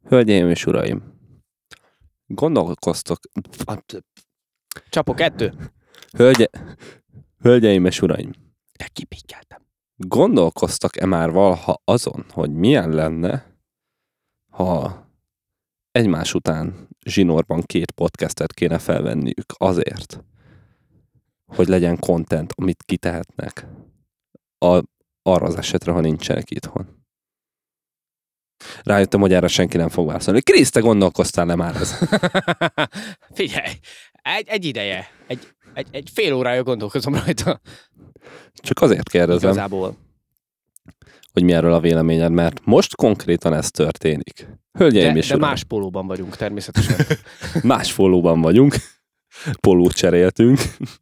Hölgyeim és uraim, gondolkoztok... Csapok 2. Hölgyeim és uraim, Kipikkeltem. gondolkoztak-e már valaha azon, hogy milyen lenne, ha egymás után zsinórban 2 podcastet kéne felvenniük azért, hogy legyen content, amit kitehetnek arra az esetre, ha nincsenek itthon. Rájöttem, hogy erre senki nem fog válaszolni. Krisz, te gondolkoztál-e már ez? Figyelj, egy ideje, egy fél órája gondolkozom rajta. Csak azért kérdezem, Igazából. hogy mi erről a véleményed, mert most konkrétan ez történik. Hölgyeim és De uraim, más pólóban vagyunk természetesen. más folóban vagyunk, pólót cseréltünk.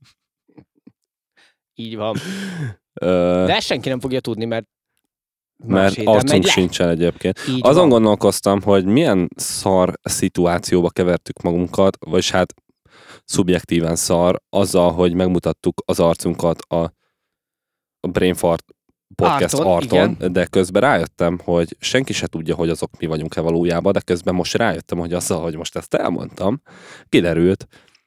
Így van. Ö, De ezt senki nem fogja tudni, mert mert arcunk sincsen egyébként. Így Azon van. gondolkoztam, hogy milyen szar szituációba kevertük magunkat, vagyis hát szubjektíven szar, azzal, hogy megmutattuk az arcunkat a Brainfart podcast arton, de közben rájöttem, hogy senki se tudja, hogy azok mi vagyunk-e valójában, de közben most rájöttem, hogy azzal, hogy most ezt elmondtam, kiderült,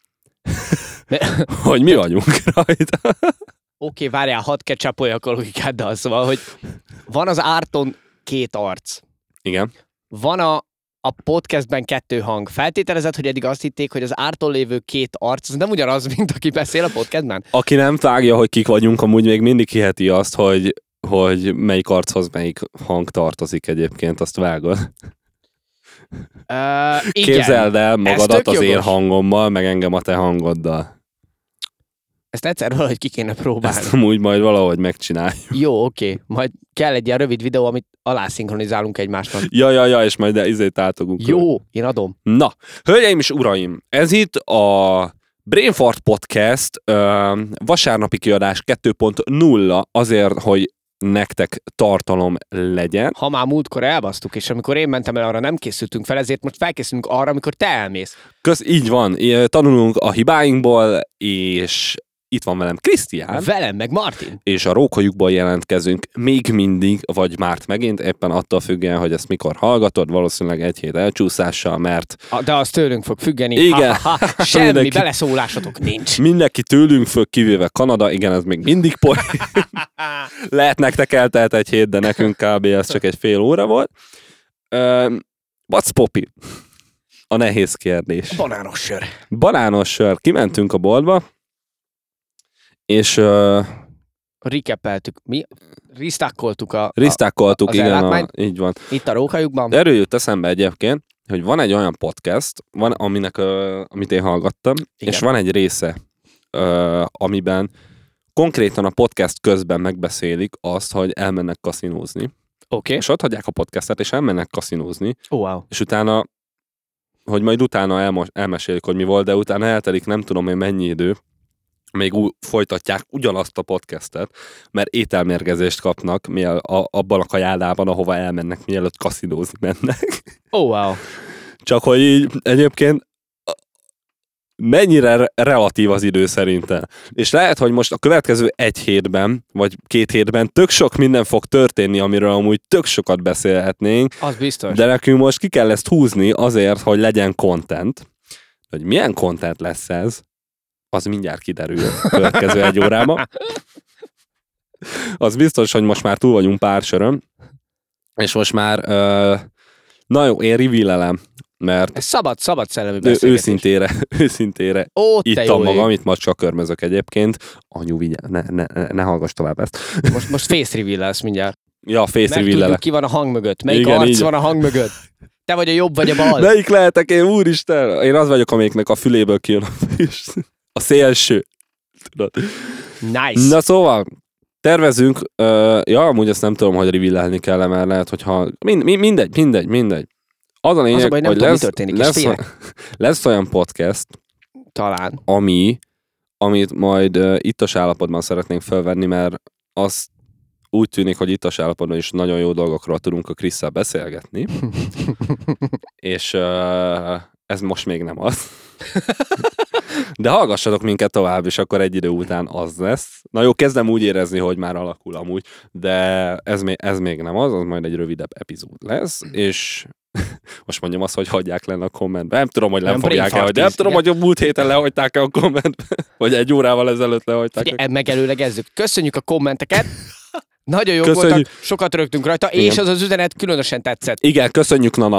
hogy mi vagyunk rajta. Oké, várjál, hadd ketchupoljak a logikáddal, szóval, hogy van az árton 2 arc. Igen. Van a podcastben 2 hang. Feltételezed, hogy eddig azt hitték, hogy az árton lévő 2 arc, az nem ugyanaz, mint aki beszél a podcastben? Aki nem vágja, hogy kik vagyunk, amúgy még mindig hiheti azt, hogy melyik archoz melyik hang tartozik egyébként, azt vágod. Igen. Képzeld el magadat tök az én jogos. hangommal, meg engem a te hangoddal. Ezt egyszer valahogy ki kéne próbálni. Ezt amúgy majd valahogy megcsináljuk. Jó, oké. Majd kell egy ilyen rövid videó, amit alászinkronizálunk egymásnak. Ja, és majd izét átogunk. Jó, én adom. Na, hölgyeim és uraim, ez itt a Brainfart Podcast vasárnapi kiadás 2.0 azért, hogy nektek tartalom legyen. Ha már múltkor elbasztuk, és amikor én mentem el, arra nem készültünk fel, ezért most felkészülünk arra, amikor te elmész. Így van, tanulunk a hibáinkból, és itt van velem Krisztián. Velem, meg Martin. És a rókajukból jelentkezünk még mindig, vagy már megint, éppen attól függően, hogy ezt mikor hallgatod, valószínűleg 1 hét elcsúszással, mert... De az tőlünk fog függeni. Igen. Semmi Mindenki- beleszólásotok nincs. Mindenki tőlünk fog, kivéve Kanada, igen, ez még mindig poén. Lehet nektek eltelt 1 hét, de nekünk kb. Ez csak egy fél óra volt. What's poppy? A nehéz kérdés. Banános sör. Banános sör. Kimentünk a boltba, és Recapeltük. Mi? Risztákoltuk az igen, ellátmányt. így van. Itt a rókajukban. Erről jött eszembe egyébként, hogy van egy olyan podcast, van, amit én hallgattam, Igen. és van egy része, amiben konkrétan a podcast közben megbeszélik azt, hogy elmennek kaszinózni. Oké. És ott hagyják a podcastet, és elmennek kaszinózni, Wow. és utána, hogy majd utána elmesélik, hogy mi volt, de utána eltelik nem tudom én mennyi idő, még folytatják ugyanazt a podcastet, mert ételmérgezést kapnak abban a kajádában, ahova elmennek, mielőtt kaszinózni mennek. Wow. Csak hogy így egyébként mennyire relatív az idő szerintem. És lehet, hogy most a következő 1 hétben, vagy 2 hétben tök sok minden fog történni, amiről amúgy tök sokat beszélhetnénk, Az biztos. de nekünk most ki kell ezt húzni azért, hogy legyen content. Hogy milyen content lesz ez, az mindjárt kiderül a következő 1 órában. Az biztos, hogy most már túl vagyunk pár sörön, és most már na jó, én reveal-elem, mert Ez szabad szellemű beszélgetés. őszintére Ó, te ittam jó magam, ég. itt macska körmözök egyébként. Anyu, vigyázz, ne hallgass tovább ezt. Most face reveal lesz mindjárt. Ja, face Megtudjuk, reveal-elek. ki van a hang mögött. Melyik Igen, arc így. van a hang mögött. Te vagy a jobb, vagy a bal. Melyik lehetek én, úristen? Én az vagyok, amelyiknek a füléből kijön a szélső. Tudod. Nice. Na szóval, tervezünk, amúgy ezt nem tudom, hogy reveal-elni kell, mert lehet, hogyha... Mindegy. Az a lényeg, Az a baj, nem hogy tudom, mi történik, és félek. lesz olyan podcast, Talán. amit majd ittas állapotban szeretnénk felvenni, mert az úgy tűnik, hogy ittas állapotban is nagyon jó dolgokról tudunk a Krisszel beszélgetni, és ez most még nem az. De hallgassatok minket tovább, és akkor egy idő után az lesz. Na jó, kezdem úgy érezni, hogy már alakul amúgy, de ez még nem az majd egy rövidebb epizód lesz, és Most mondjam azt, hogy hagyják le a kommentbe. Nem tudom, hogy nem Nem, fogják el, brain nem fart tudom, is, hogy a múlt héten lehagyták-e a kommentbe, vagy 1 órával ezelőtt lehagyták. Figyelj, megelőlegezzük. Köszönjük a kommenteket. Nagyon jók Köszönjük. voltak, sokat rögtünk rajta, Igen. és az az üzenet különösen tetszett. Igen, köszönjük, Nana.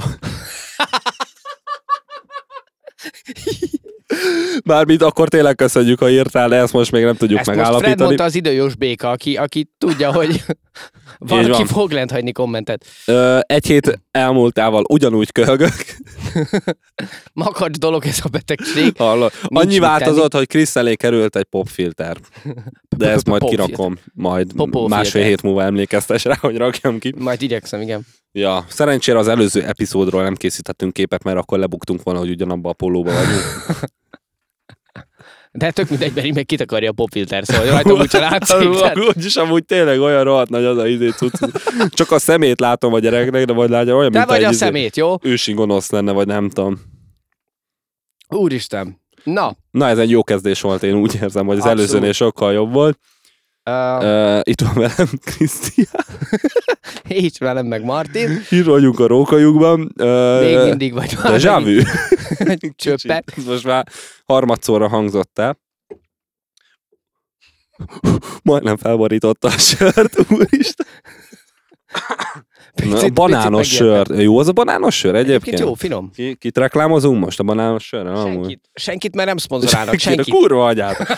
Bármit, akkor tényleg köszönjük, ha írtál, de ezt most még nem tudjuk Ezt most Fred megállapítani. mondta az időjós béka, aki tudja, hogy valaki van. fog lent hagyni kommentet. 1 hét elmúltával ugyanúgy köhögök. Makacs dolog ez a betegség. Hallod. Annyi mit változott, hogy Krisz elé került egy popfilter. De ezt majd Popfilter. kirakom, majd Popófilter. másfél hét múlva emlékeztes rá, hogy rakjam ki. Majd igyekszem, igen. Ja, szerencsére az előző epizódról nem készítettünk képet, mert akkor lebuktunk volna, hogy ugyanabban a pólóban vagyunk. De tök mindegy, mert így meg kitakarja a popfilter, szóval rajtam úgyse látszik. tehát- Úgyis amúgy tényleg olyan rohadt nagy az a cucc. Csak a szemét látom a gyereknek, de majd látja olyan, Te mint vagy a egy szemét, jó? ősi gonosz lenne, vagy nem tudom. Úristen. Na, Na, ez egy jó kezdés volt, én úgy érzem, hogy az Abszolút. előzőnél sokkal jobb volt. Itt van velem Krisztián. így velem meg Martin. Itt vagyunk a rókajukban. Még mindig vagy már. Déjà vu. Csöppet. Most már harmadszorra hangzott el. Majdnem felborította a sört, úristen. Na, banános sör. Jó az a banános sör Egyébként egyébként? jó, finom. Kit reklámozunk most a banános sörre? Senkit, mert nem szponzorálnak, senkit. Kurva agyát.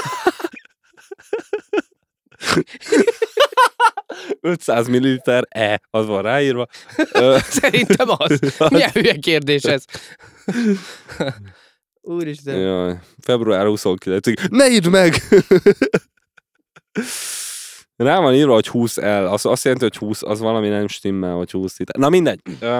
500 ml az van ráírva. Szerintem az. Milyen hülye kérdés ez? Úristen. Jaj, február 29-ig. Ne írd meg! Rá van írva, hogy 20 el. Azt jelenti, hogy 20, az valami nem stimmel, hogy 20 liter. Na mindegy.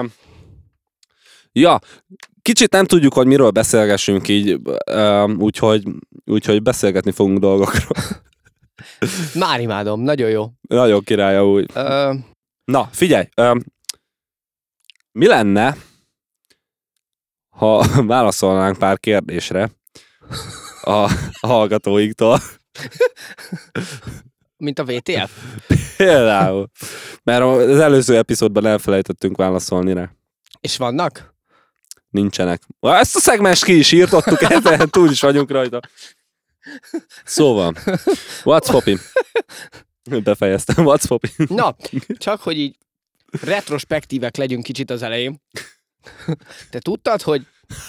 Ja, kicsit nem tudjuk, hogy miről beszélgessünk így, úgyhogy beszélgetni fogunk dolgokról. Már imádom, nagyon jó. Nagyon királya úgy. Na, figyelj! Mi lenne, ha válaszolnánk pár kérdésre a hallgatóinktól? Mint a VTF? Például. Mert az előző epizódban elfelejtettünk válaszolni rá. És vannak? Nincsenek. Ezt a szegmest ki is írtottuk, ezzel túl is vagyunk rajta. Szóval, what's poppin'? Befejeztem, what's poppin'? Na, csak hogy így retrospektívek legyünk kicsit az elején. Te tudtad, hogy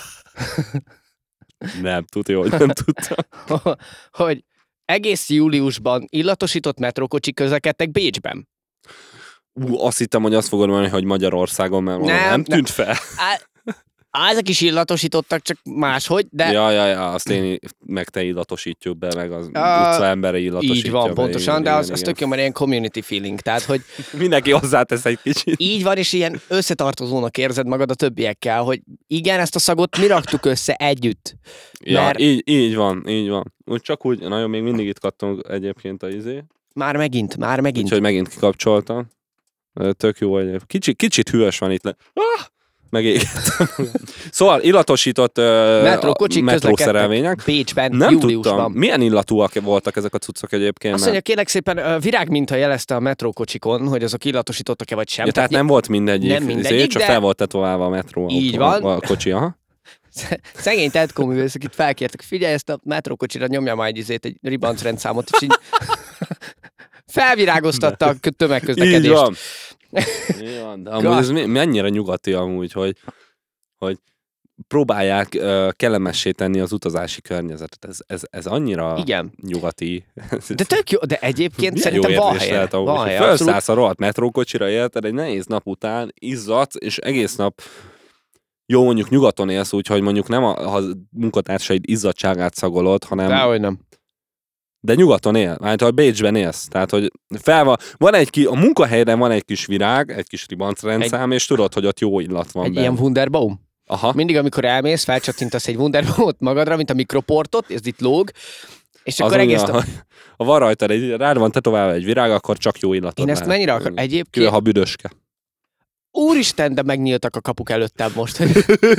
Nem, tudja, hogy nem tudtam. hogy egész júliusban illatosított metrókocsik közlekedtek Bécsben? Azt hittem, hogy azt fogod mondani, hogy Magyarországon, mert nem tűnt fel. Ezek is illatosítottak, csak máshogy, de Ja, azt én meg te illatosítjuk be, meg az utca embere illatosítja így van, be. pontosan, Igen, de az igen. tök jó, mert ilyen community feeling, tehát, hogy Mindenki hozzátesz egy kicsit. így van, és ilyen összetartozónak érzed magad a többiekkel, hogy igen, ezt a szagot mi raktuk össze együtt. Ja, Mert- így van. Úgy csak úgy, nagyon még mindig itt kattunk egyébként a izé. Már megint. Úgyhogy megint kikapcsoltam. Tök jó egyébként. Kicsit hűvös van itt le. Megégettem. Szóval illatosított Metrókocsik metrószerelvények. közlekedtek Bécsben, Nem júliusban. tudtam, milyen illatúak voltak ezek a cuccok egyébként. Azt mondja, kérlek szépen, virágminta jelezte a metrókocsikon, hogy azok illatosítottak-e vagy sem. Ja, tehát nem volt mindegyik, nem mindegyik, csak de- fel volt tetoválva a metró Így autó, van. a kocsi, aha. Szegény tetkó művészek itt felkértek, figyelj, ezt a metrókocsira nyomja majd egy ribancrendszámot, és így felvirágoztatta a Így tömegközlekedést. van. Így van. De amúgy ez mennyire nyugati amúgy, hogy próbálják kellemessé tenni az utazási környezetet. Ez annyira Igen. nyugati. De tök jó, de egyébként Milyen szerintem jó van érzés helye. lehet amúgy, Van hogy helye, abszolút. felszállsz a rohadt metrókocsira, érted, egy nehéz nap után izzadsz, és egész nap jó, mondjuk nyugaton élsz, úgyhogy mondjuk nem a munkatársaid izzadságát szagolod, hanem Dehogy nem. de nyugaton él, hát ha Bécsben élsz. Tehát, hogy van a munkahelyben van egy kis virág, egy kis ribancrendszám, és tudod, hogy ott jó illat van Egy benne. ilyen Wunderbaum. Aha. Mindig, amikor elmész, felcsattintasz egy Wunderbaumot magadra, mint a mikroportot, ez itt lóg, és Az akkor egész... ha van rajtad, rád van tetoválva egy virág, akkor csak jó illatod Én ezt lehet. mennyire akarom. Egyébként... Kivel, ha büdöske. Úristen, de megnyíltak a kapuk előttem most. Hogy...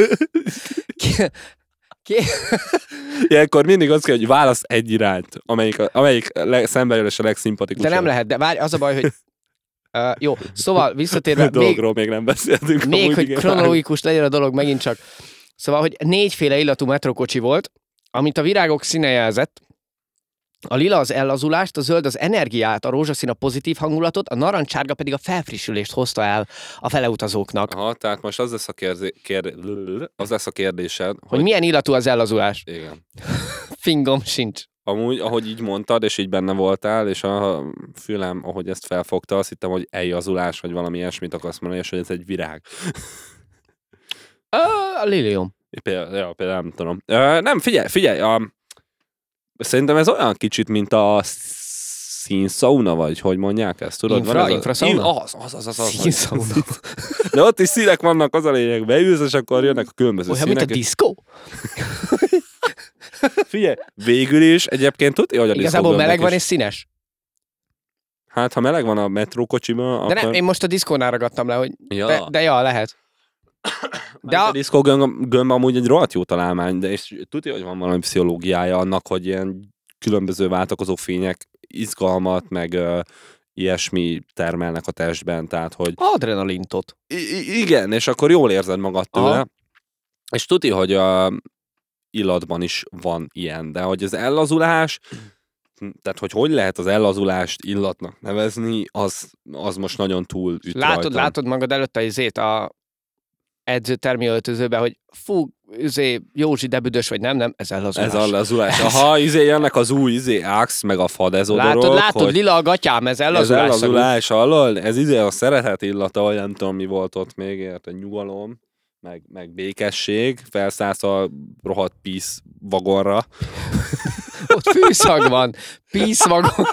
Ilyenkor mindig az kell, hogy válasz egy irányt, amelyik szembe jön és a legszimpatikusabb. De nem lehet, de várj, az a baj, hogy Jó, szóval visszatérve, dologról még nem beszéltünk. még amúgy, hogy igen. kronológikus legyen a dolog megint csak. Szóval, hogy 4 illatú metrókocsi volt, amit a virágok színe jelzett. A lila az ellazulást, a zöld az energiát, a rózsaszín a pozitív hangulatot, a narancsárga pedig a felfrissülést hozta el a feleutazóknak. Aha, tehát most az lesz a kérdésed, Hogy milyen illatú az ellazulás? Igen. Fingom sincs. Amúgy, ahogy így mondtad, és így benne voltál, és a fülem, ahogy ezt felfogta, azt hittem, hogy eljazulás, vagy valami ilyesmit akarsz mondani, és hogy ez egy virág. A lilium. Például nem tudom. Nem, figyelj, szerintem ez olyan kicsit, mint a színsauna, vagy hogy mondják ezt, tudod? Infrasauna? Az. Színsauna. De ott is színek vannak, az a lényeg, beülsz, és akkor jönnek a különböző Olyan, színek. mint a diszkó? Figyelj, végül is egyébként tudja, hogy a Igazából diszkógömbnek meleg van is. és színes. Hát, ha meleg van a metrókocsiban, De akkor... nem, én most a diszkónál ragadtam le, hogy Ja. de ja, lehet. De a diszkógömb amúgy egy rohadt jó találmány, de és tudja, hogy van valami pszichológiája annak, hogy ilyen különböző váltakozó fények izgalmat, meg ilyesmi termelnek a testben, tehát hogy... Adrenalintot. Igen, és akkor jól érzed magad tőle. Aha. És tudja, hogy a illatban is van ilyen, de hogy az ellazulás, tehát hogy lehet az ellazulást illatnak nevezni, az most nagyon túl üt Látod magad előtt a edzőtermi öltözőbe, hogy fú, Józsi, de büdös vagy nem, ez ellazulás. Ez ellazulás. Aha, jönnek az új Axe, meg a fadezodorok. Látod, lila a gatyám, ez ellazulás. Ez ellazulás, hallod? Ez a szeretet illata, vagy nem tudom, mi volt ott még, érted, nyugalom, meg békesség, felszállsz a rohadt peace vagonra. Ott fűszag van, peace vagon.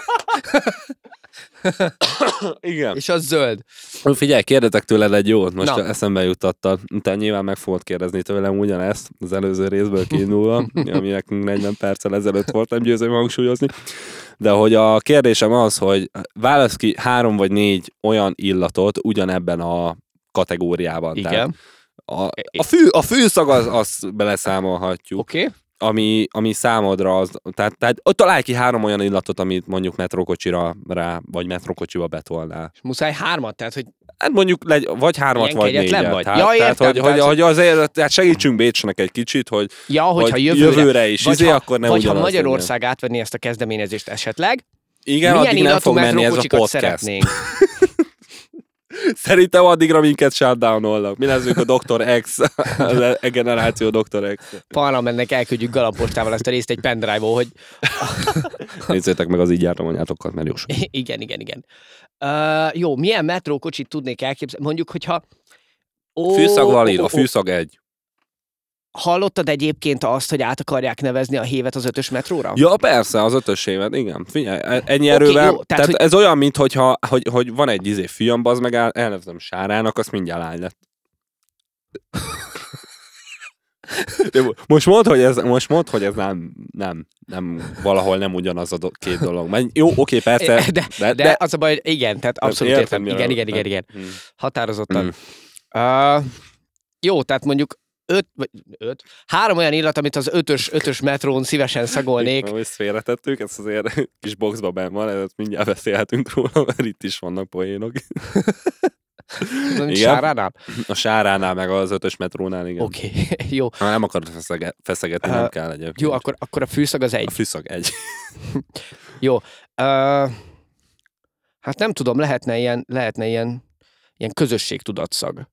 Igen. És az zöld. Figyelj, kérdetek tőled egy jót, most Na. eszembe juttattad. Te nyilván meg fogod kérdezni tőlem ugyanezt, az előző részből kiindulva, ami nekünk 40 perccel ezelőtt volt, nem győzöm hangsúlyozni. De hogy a kérdésem az, hogy válasz ki 3 vagy 4 olyan illatot ugyanebben a kategóriában. Igen. A fűszag azt beleszámolhatjuk. Oké. Ami számodra az, tehát találj ki 3 olyan illatot, amit mondjuk metrókocsira rá, vagy metrókocsiba betolnál. Muszáj 3, tehát hogy Hát mondjuk vagy 3 ilyen vagy 4. kegyetlen vagy. Tehát, Ja, értem, hogy azért tehát segítsünk Bécsnek egy kicsit, hogy, hogyha jövőre is akkor nem vagy ha ugyanaz Magyarország átvenni ezt a kezdeményezést esetleg, igen, milyen addig nem fog illatú menni ez a metrókocsikat podcast. szeretnénk? Szerintem addigra minket shutdownolnak. Mi leszünk a Dr. X, a generáció Dr. X. Parlamentnek elküldjük galambostával ezt a részt egy pendrive-ból, hogy Nézzétek meg az így jártam anyátokat, mert jó sok. igen. Jó, milyen metrókocsit tudnék elképzelni? Mondjuk, hogyha... Fűszag valid, a fűszag 1. Hallottad egyébként azt, hogy át akarják nevezni a Hévet az 5-ös metróra? Ja, persze, az 5-ös évet, igen. Figyelj, ennyi erővel. Jó, tehát hogy... ez olyan, mint hogy van egy fiam, bazd meg elnevezem Sárának, azt mindjárt lány lett. Most mondd, hogy ez nem valahol nem ugyanaz a két dolog. Jó, oké, persze. De az a baj, hogy igen, tehát abszolút értem. Igen. Határozottan. Jó, tehát mondjuk 3 olyan illat, amit az 5-ös metrón szívesen szagolnék. Most félretettük, ezt azért kis boxba benn van, ezt mindjárt beszélhetünk róla, mert itt is vannak poénok. Sáránál? A Sáránál, meg az 5-ös metrónál, igen. Oké, jó. Ha nem akarod feszegetni, nem kell egyébként. Jó, akkor a fűszag az 1. A fűszag 1. Jó. Hát nem tudom, lehetne ilyen közösségtudatszag.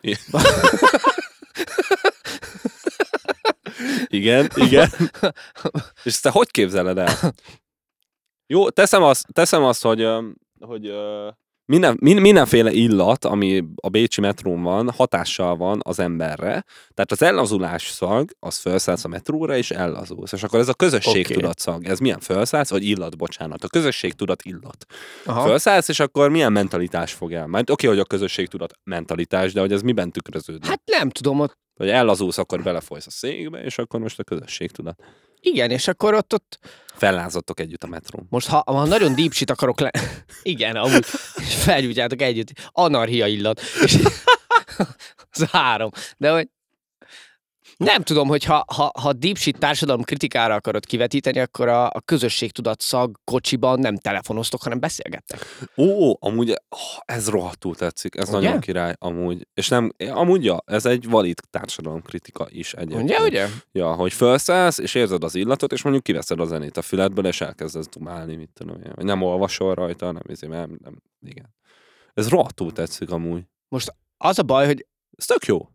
Igen. És te hogy képzeled el? Jó, teszem azt, hogy mindenféle illat, ami a bécsi metrón van, hatással van az emberre. Tehát az ellazulás szag, az felszállsz a metróra, és ellazulsz. És akkor ez a közösségtudat szag. Ez milyen felszállsz? Vagy illat, bocsánat. A közösségtudat illat. Felszállsz, és akkor milyen mentalitás fog el? Majd oké, hogy a közösségtudat mentalitás, de hogy ez miben tükröződik? Hát nem tudom, ott... Hogy ellazulsz, akkor belefolysz a székbe, és akkor most a közösségtudat. Igen, és akkor ott... Fellázadtok együtt a metrón. Most, ha nagyon deep shit akarok igen, amúgy felgyújtjátok együtt. Anarchia illat. És... az 3. De hogy... Nem tudom, hogy ha deep shit társadalom kritikára akarod kivetíteni, akkor a közösségtudat szag kocsiban nem telefonoztok, hanem beszélgettek. Amúgy ez rohadtul tetszik, ez Ugye? nagyon király amúgy. És nem, amúgy ez egy valid társadalomkritika is egyébként. Ugye? Ja, hogy felszállsz, és érzed az illatot, és mondjuk kiveszed a zenét a füledből, és elkezdesz dumálni, mit tudom én. Vagy nem olvasol rajta, nem, igen. Ez rohadtul tetszik amúgy. Most az a baj, hogy Ez tök jó.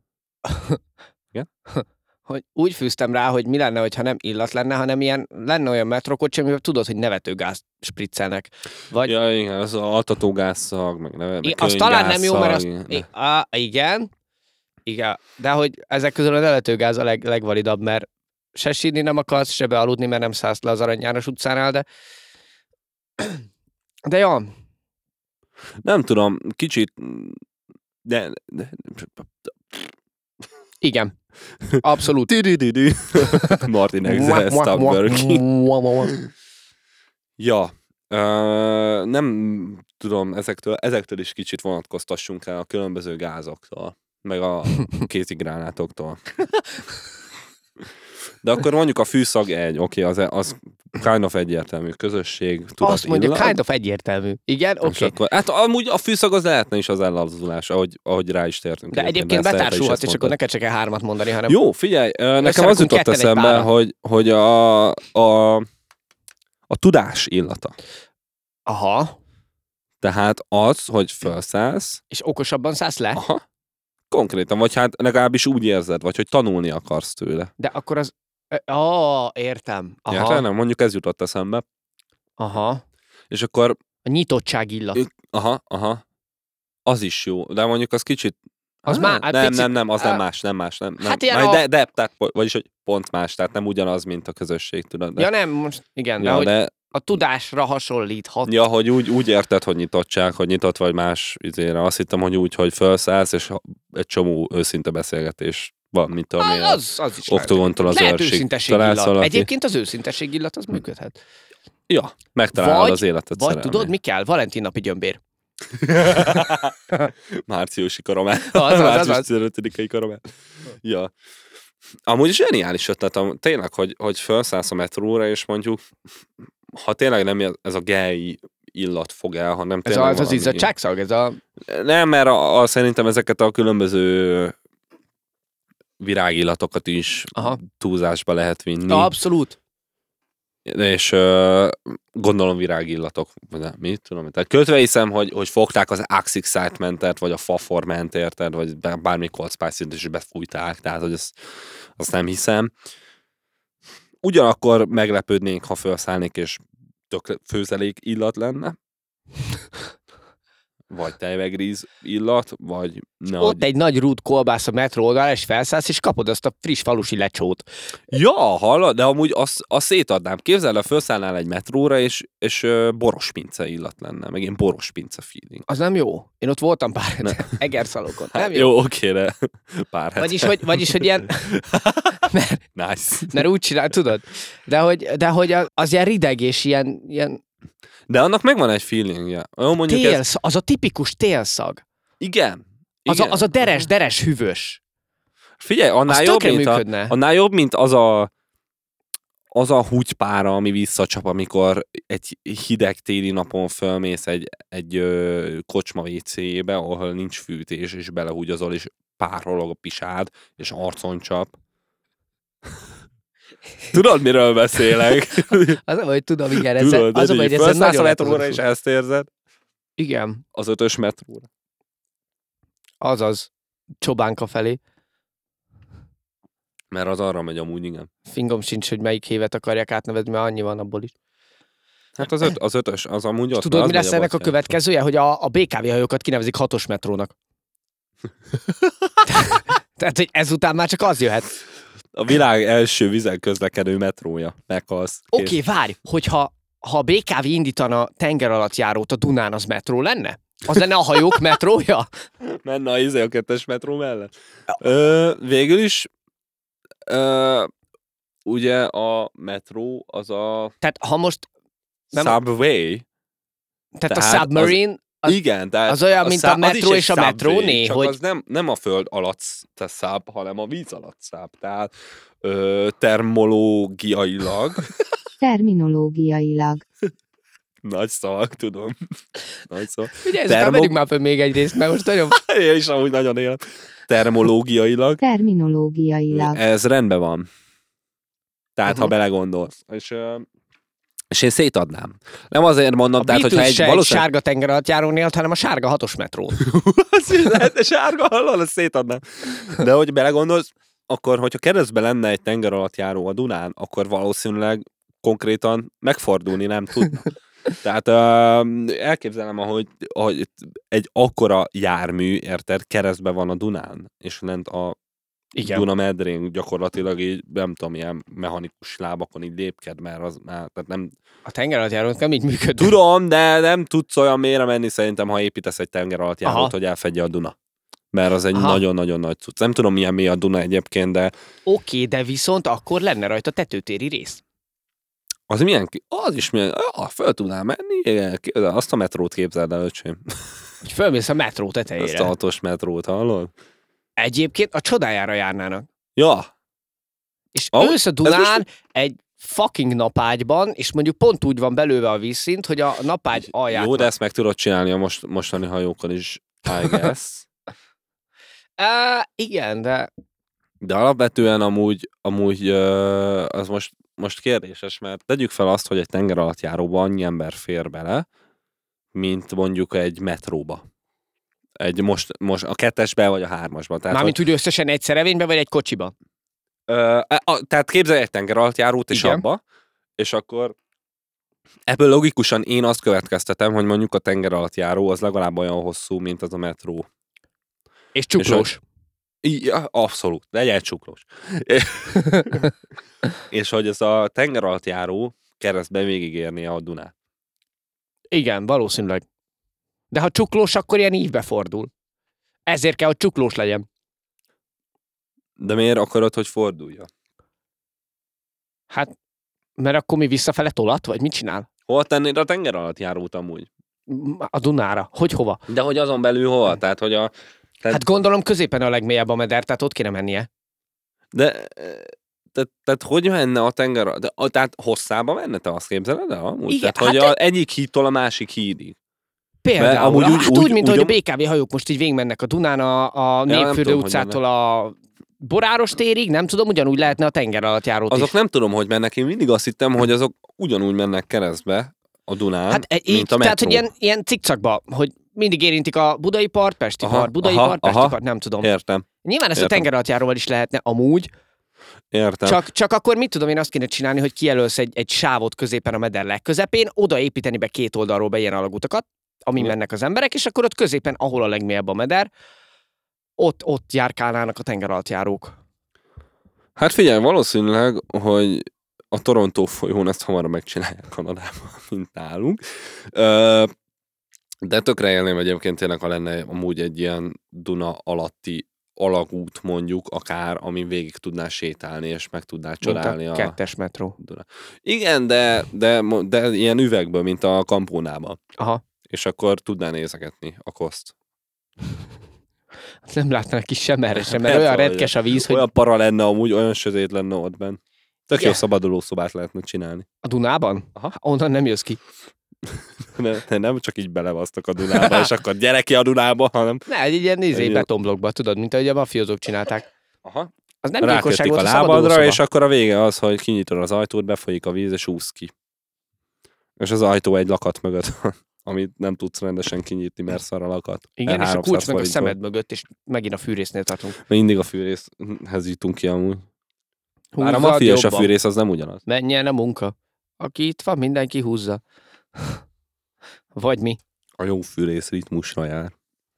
hogy úgy fűztem rá, hogy mi lenne, ha nem illat lenne, hanem lenne olyan metrókocsi, amiben tudod, hogy nevetőgáz spriccelnek. Vagy... Ja, igen, az altatógázszag, meg az talán nem jó, mert azt... Igen, de hogy ezek közül a nevetőgáz a legvalidabb, mert se sírni nem akarsz, se bealudni, mert nem szállsz le az Arany János utcánál, de jó. Nem tudom, kicsit... De... Igen. Abszolút. Martin Exel, stop working. Ja. Nem tudom, ezektől is kicsit vonatkoztassunk el a különböző gázoktól, meg a kézigránátoktól. De akkor mondjuk a fűszag oké, az kind of egyértelmű közösség. Azt mondja, kind of egyértelmű. Igen, oké. Hát amúgy a fűszag az lehetne is az ellazulás, ahogy rá is tértünk. De egyébként betársulhat, és akkor neked se kell 3 mondani, hanem... Jó, figyelj, nekem az jutott eszembe, hogy a tudás illata. Aha. Tehát az, hogy felszállsz... És okosabban szállsz le? Aha. Konkrétan, vagy hát legalábbis úgy érzed, vagy hogy tanulni akarsz tőle. De akkor az... értem. Aha. Értem? Nem, mondjuk ez jutott eszembe. Aha. És akkor... A nyitottság illat. Aha. Az is jó, de mondjuk az kicsit... Az nem, az nem más. Hát ilyen tehát, vagyis, hogy pont más, tehát nem ugyanaz, mint a közösség, tudod. De... Ja nem, most igen, ja, de a tudásra hasonlíthat. Ja, hogy úgy érted, hogy nyitottság, hogy nyitott vagy más izére. Azt hittem, hogy úgy, hogy felszállsz, és egy csomó őszinte beszélgetés van, mint ami az is Oktogontól az őrség. Egyébként az őszintesség illat, az működhet. Ja, megtalálod az életet. Vagy tudod, mi kell? Valentin napi gyömbér. Márciusi karamell. Március 15-i karamell. Ja. Amúgy zseniális ötlet, tényleg, hogy felszállsz a metróra, és mondjuk, ha tényleg nem ez a gej illat fog el, hanem tényleg valami... az izzadságszag, ez a... Nem, mert szerintem ezeket a különböző virágillatokat is túlzásba lehet vinni. Abszolút. És gondolom virágillatok, vagy mit tudom. Tehát kötve hiszem, hogy fogták az Axe Excitement-et, vagy a Faforment, érted, vagy bármi Cold Spice-t is befújták, tehát hogy azt nem hiszem. Ugyanakkor meglepődnénk, ha felszállnék, és tök főzelék illat lenne. Vagy tejvegríz illat, vagy... Ott egy nagy rút kolbász a metró oldalán, és felszállsz, és kapod azt a friss falusi lecsót. Ja, hallod, de amúgy azt szétadnám. Képzeld el, felszállnál egy metróra, és borospince illat lenne, meg ilyen borospince feeling. Az nem jó. Én ott voltam pár hete, Egerszalokon. Nem jó. Jó, oké, de pár hete. Vagyis, hogy ilyen... Nice. Mert úgy csinál, tudod? De hogy az ilyen rideg, és ilyen de annak megvan egy feelingje. Az a tipikus télszag. Igen. Az a deres hűvös. Figyelj, annál jobb, mint az a húgypára, ami visszacsap, amikor egy hideg téli napon fölmész egy kocsma WC-jébe, ahol nincs fűtés, és belehúgyazol, és párolog a pisád, és arcon csap. Tudod, miről beszélek? Az a hogy tudom, igen. Tudod, az hogy felszállsz a metróra, és ezt érzed? Igen. Az 5-ös metróra. Azaz. Csobánka felé. Mert az arra megy amúgy, igen. Fingom sincs, hogy melyik hévet akarják átnevezni, mert annyi van abból is. Hát az 5-ös, az amúgy ott. Tudod, mi lesz ennek a következője? Hogy a BKV hajókat kinevezik 6-os metrónak. Tehát, hogy ezután már csak az jöhet. A világ első vizen közlekedő metrója. Meghalsz. Oké, várj, hogyha a BKV indítana tengeralattjárót a Dunán, az metró lenne? Az lenne a hajók metrója? Menne a 2-es metró mellett. Végül is ugye a metró az a... Tehát ha most... Subway. Tehát a submarine Igen, tehát az olyan, mint a az metró is és a egy metróné, subway, csak hogy- az nem a föld alatt száp, hanem a víz alatt száp. Tehát termológiailag Terminológiailag. nagy szavak, tudom. Nagy szavak. Ugye, ezután vegyünk már föl még egy részt, mert most nagyon... Én is amúgy nagyon élem. Termológiailag Terminológiailag. ez rendben van. Tehát, ha Uh-huh. belegondolsz. És én szétadnám. Nem azért mondom, A tehát, hogyha Beatles egy se valószínűleg... sárga tengeralattjárónél, hanem a sárga 6-os metró. Az is lehet, de sárga hallal, azt szétadnám. De hogy belegondolsz, akkor, hogyha keresztben lenne egy tengeralattjáró a Dunán, akkor valószínűleg konkrétan megfordulni nem tudna. Tehát elképzelem, hogy egy akkora jármű, érted, keresztben van a Dunán, és lent a Igen. Duna medrén gyakorlatilag így, nem tudom, ilyen mechanikus lábakon így lépked, mert az már, tehát nem... A tengeralattjárók nem így működnek. Tudom, de nem tudsz olyan mélyre menni szerintem, ha építesz egy tengeralattjárót, Aha. hogy elfedje a Duna. Mert az egy Aha. nagyon-nagyon nagy cucc. Nem tudom, milyen mély a Duna egyébként, de Oké, de viszont akkor lenne rajta tetőtéri rész. az milyen, az is milyen, föl tudnál menni, igen, azt a metrót képzeld el, öcsém. Hogy fölmész a metró Azt a tetejére. 6-os metrót, hallod? Egyébként a csodájára járnának. Ja, És Ahogy- ősz a ez Dunán egy fucking napágyban, és mondjuk pont úgy van belőve a vízszint, hogy a napágy alját... jó, de ezt meg tudod csinálni a mostani hajókon is, I guess. Igen, de De alapvetően amúgy az most kérdéses, mert tegyük fel azt, hogy egy tengeralattjáróba annyi ember fér bele, mint mondjuk egy metróba. Most a 2-esbe vagy a 3-asba. Tehát, mármint úgy összesen egy szerevénybe, vagy egy kocsiba. tehát képzelj egy tengeralattjárót is Igen. abba, és akkor ebből logikusan én azt következtetem, hogy mondjuk a tengeralattjáró az legalább olyan hosszú, mint az a metró. És csuklós. Ja, abszolút, legyen csuklós. És hogy ez a tengeralattjáró keresztbe végigérnie a Dunát. Igen, valószínűleg. De ha csuklós, akkor ilyen ívbe fordul. Ezért kell, hogy csuklós legyen. De miért akarod, hogy fordulja? Hát, mert akkor mi visszafele tolat, vagy mit csinál? Hol tennéd a tengeralattjárót amúgy? A Dunára. Hogy hova? De hogy azon belül hol? Tehát, hogy Hát gondolom középen a legmélyebb a meder, tehát ott kéne mennie. De tehát hogy menne a tenger? Tehát hosszába menne, te azt képzeled el? Amúgy? Igen, Tehát, hogy hát egyik hídtól a másik hídig. Például. amúgy Úgy, úgy- hát úgy, mint úgy- hogy a BKV hajók most így végigmennek a Dunán a nem Népfürdő tudom, hogy utcától a Boráros térig, nem tudom, ugyanúgy lehetne a tengeralattjárót Azok is. nem tudom, hogy mennek. Én mindig azt hittem, hogy azok ugyanúgy mennek keresztbe a Dunán, Hát így, mint a tehát, metró. hogy ilyen cikcakba, hogy mindig érintik a budai part, pesti Aha, part, budai aha, part, pesti aha. part, nem tudom. Értem. Nyilván ezt a Értem. tengeralattjáróval is lehetne amúgy, Értem. csak akkor mit tudom, én azt kéne csinálni, hogy kijelölsz egy sávot középen a meder legközepén, oda építeni be két oldalról be ilyen alagutakat, amin Igen. mennek az emberek, és akkor ott középen, ahol a legmélyebb a meder, ott járkálnának a tengeralattjárók. Hát figyelj, valószínűleg, hogy a Toronto folyón ezt hamarabb megcsinálják Kanadában, mint nálunk. De tökre élném egyébként tényleg, ha lenne amúgy egy ilyen Duna alatti alagút mondjuk, akár, amin végig tudnál sétálni, és meg tudnál csodálni Mint a... a kettes metró. Duna. Igen, de ilyen üvegből, mint a Kampónában. Aha. És akkor tudnál nézegetni a koszt. Nem látnának ki sem erre sem, mert Hát, olyan hogy retkes a víz, hogy Olyan para lenne amúgy, olyan sötét lenne ott benn. Tök jó Igen. szabadulószobát lehetne csinálni. a Dunában? Aha. Onnan nem jössz ki. Nem csak így belevasztak a Dunába, és akkor gyere ki a Dunába, hanem... Ne, egy ilyen Egy- betonblokkba, tudod, mint ahogy a mafiózók csinálták. Aha. Az nem gyilkosság Rákötik volt, a a lábadra, szabadulószoba. és akkor a vége az, hogy kinyitod az ajtót, befolyik a víz, és úsz ki. És az ajtó egy lakat mögött van, amit nem tudsz rendesen kinyitni, mert szar a lakat. Igen, és a 300 kulcs meg a forintból. szemed mögött, és megint a fűrésznél tartunk. Mindig a fűrészhez jutunk ki amúgy. Bár a Húzzad mafia és a jobban. fűrész az nem ugyanaz. Menjen a munka. Aki itt van, mindenki húzza. Vagy mi. A jó fűrész ritmusra jár.